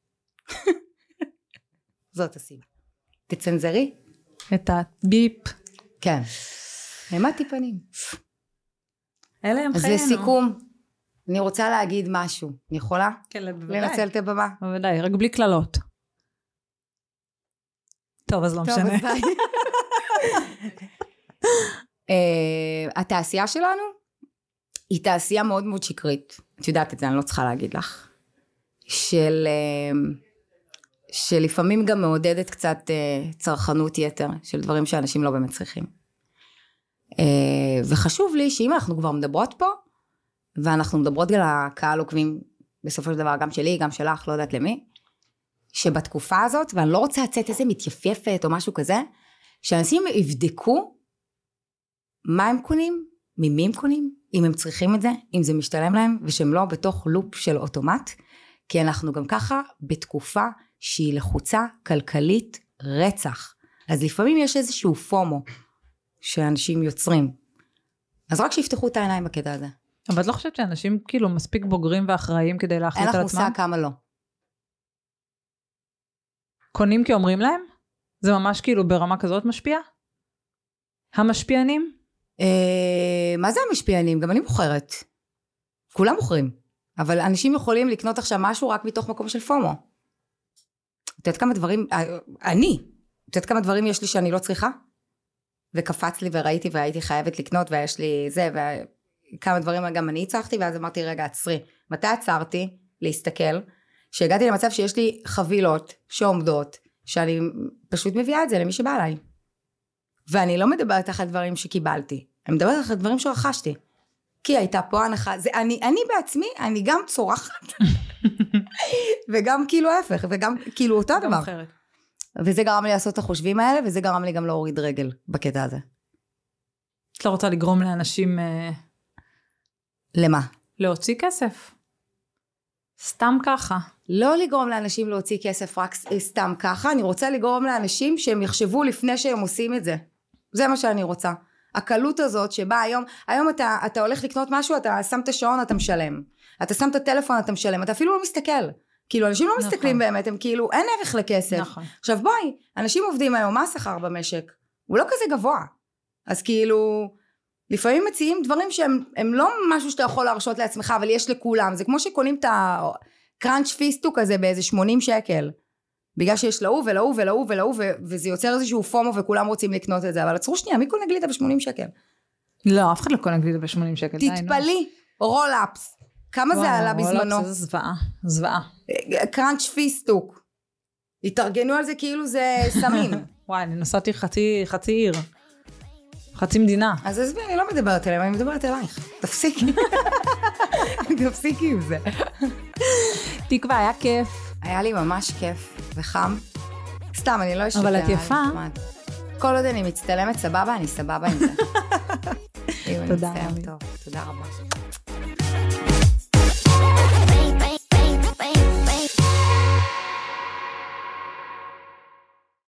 A: זאת הסיבה. תצנזרי?
B: את הביפ.
A: כן. העמדתי פנים.
B: אלה הם חיינו.
A: אז לסיכום, אני רוצה להגיד משהו. אני יכולה?
B: כן, בוודאי.
A: לנצל את הבמה?
B: בוודאי, רק בלי כללות. טוב, אז לא משנה.
A: התעשייה שלנו היא תעשייה מאוד מאוד שקרית. את יודעת את זה, אני לא צריכה להגיד לך. שלפעמים גם מעודדת קצת צרכנות יתר, של דברים שאנשים לא באמת צריכים. וחשוב לי שאם אנחנו כבר מדברות פה, ואנחנו מדברות על הקהל עוקבים, בסופו של דבר גם שלי, גם שלך, לא יודעת למי, שבתקופה הזאת, ואני לא רוצה לצאת איזה מתייפייפת או משהו כזה, שאנשים יבדקו מה הם קונים, ממי הם קונים, אם הם צריכים את זה, אם זה משתלם להם, ושהם לא בתוך לופ של אוטומט, כי אנחנו גם ככה בתקופה שהיא לחוצה כלכלית רצח. אז לפעמים יש איזשהו פומו שאנשים יוצרים. אז רק שיפתחו את העיניים בקטע הזה.
B: אבל את לא חושבת שאנשים כאילו מספיק בוגרים ואחראיים כדי להחליט על עצמם?
A: אין לך מושג כמה לא.
B: קונים כי אומרים להם? זה ממש כאילו ברמה כזאת משפיע? המשפיענים?
A: מה זה המשפיענים? גם אני מוכרת. כולם מוכרים. אבל אנשים יכולים לקנות עכשיו משהו רק מתוך מקום של פומו. את יודעת כמה דברים, את יודעת כמה דברים יש לי שאני לא צריכה? וקפץ לי וראיתי והייתי חייבת לקנות ויש לי זה, וכמה דברים גם אני הצרכתי, ואז אמרתי רגע עצרי. מתי עצרתי להסתכל? שהגעתי למצב שיש לי חבילות שעומדות, שאני פשוט מביאה את זה למי שבא עליי. ואני לא מדברת אחת דברים שקיבלתי, אני מדברת אחת דברים שרכשתי. כי הייתה פה הנחה, אני בעצמי, אני גם צורחת, וגם כאילו ההפך, וגם כאילו אותו דבר. אחרת. וזה גרם לי לעשות את החושבים האלה, וזה גרם לי גם להוריד רגל בקטע הזה.
B: את לא רוצה לגרום לאנשים...
A: למה?
B: להוציא כסף. סתם ככה.
A: לא לגרום לאנשים להוציא כסף רק סתם ככה, אני רוצה לגרום לאנשים שהם יחשבו לפני שהם עושים את זה. זה מה שאני רוצה. הקלות הזאת שבה היום אתה הולך לקנות משהו, אתה שם את השעון, אתה משלם. אתה שם את הטלפון, אתה משלם. אתה אפילו לא מסתכל. כאילו, אנשים לא מסתכלים באמת, הם כאילו, אין ערך לכסף. נכון. עכשיו בואי, אנשים עובדים היום, מה השכר במשק? הוא לא כזה גבוה. אז כאילו, לפעמים מציעים דברים שהם לא משהו שאתה יכול להרשות לעצמך, אבל יש לכולם. זה כמו שקונים את הקראנץ' פיסטוק הזה באיזה 80 שקל. בגלל שיש להוא ולהוא ולהוא ולהוא, וזה יוצר איזשהו פומו וכולם רוצים לקנות את זה, אבל עצרו שנייה, מי קונה גלידה ב-80 שקל?
B: לא, אף אחד לא קונה גלידה ב-80 שקל.
A: תתפלי, רול-אפס. כמה זה עלה בזמנו?
B: רול-אפס זה זוועה, זוועה.
A: קראנץ' פיסטוק. התארגנו על זה כאילו זה סמים.
B: וואי, אני נסעתי חצי עיר. חצי מדינה.
A: אז עזבי, אני לא מדברת עליהם, אני מדברת אלייך. תפסיקי. תפסיקי עם זה.
B: תקווה, היה כיף.
A: היה לי ממש כיף וחם. סתם, אני לא אשתה.
B: אבל את יפה.
A: כל עוד אני מצטלמת סבבה, אני סבבה עם זה.
B: תודה.
A: תודה רבה.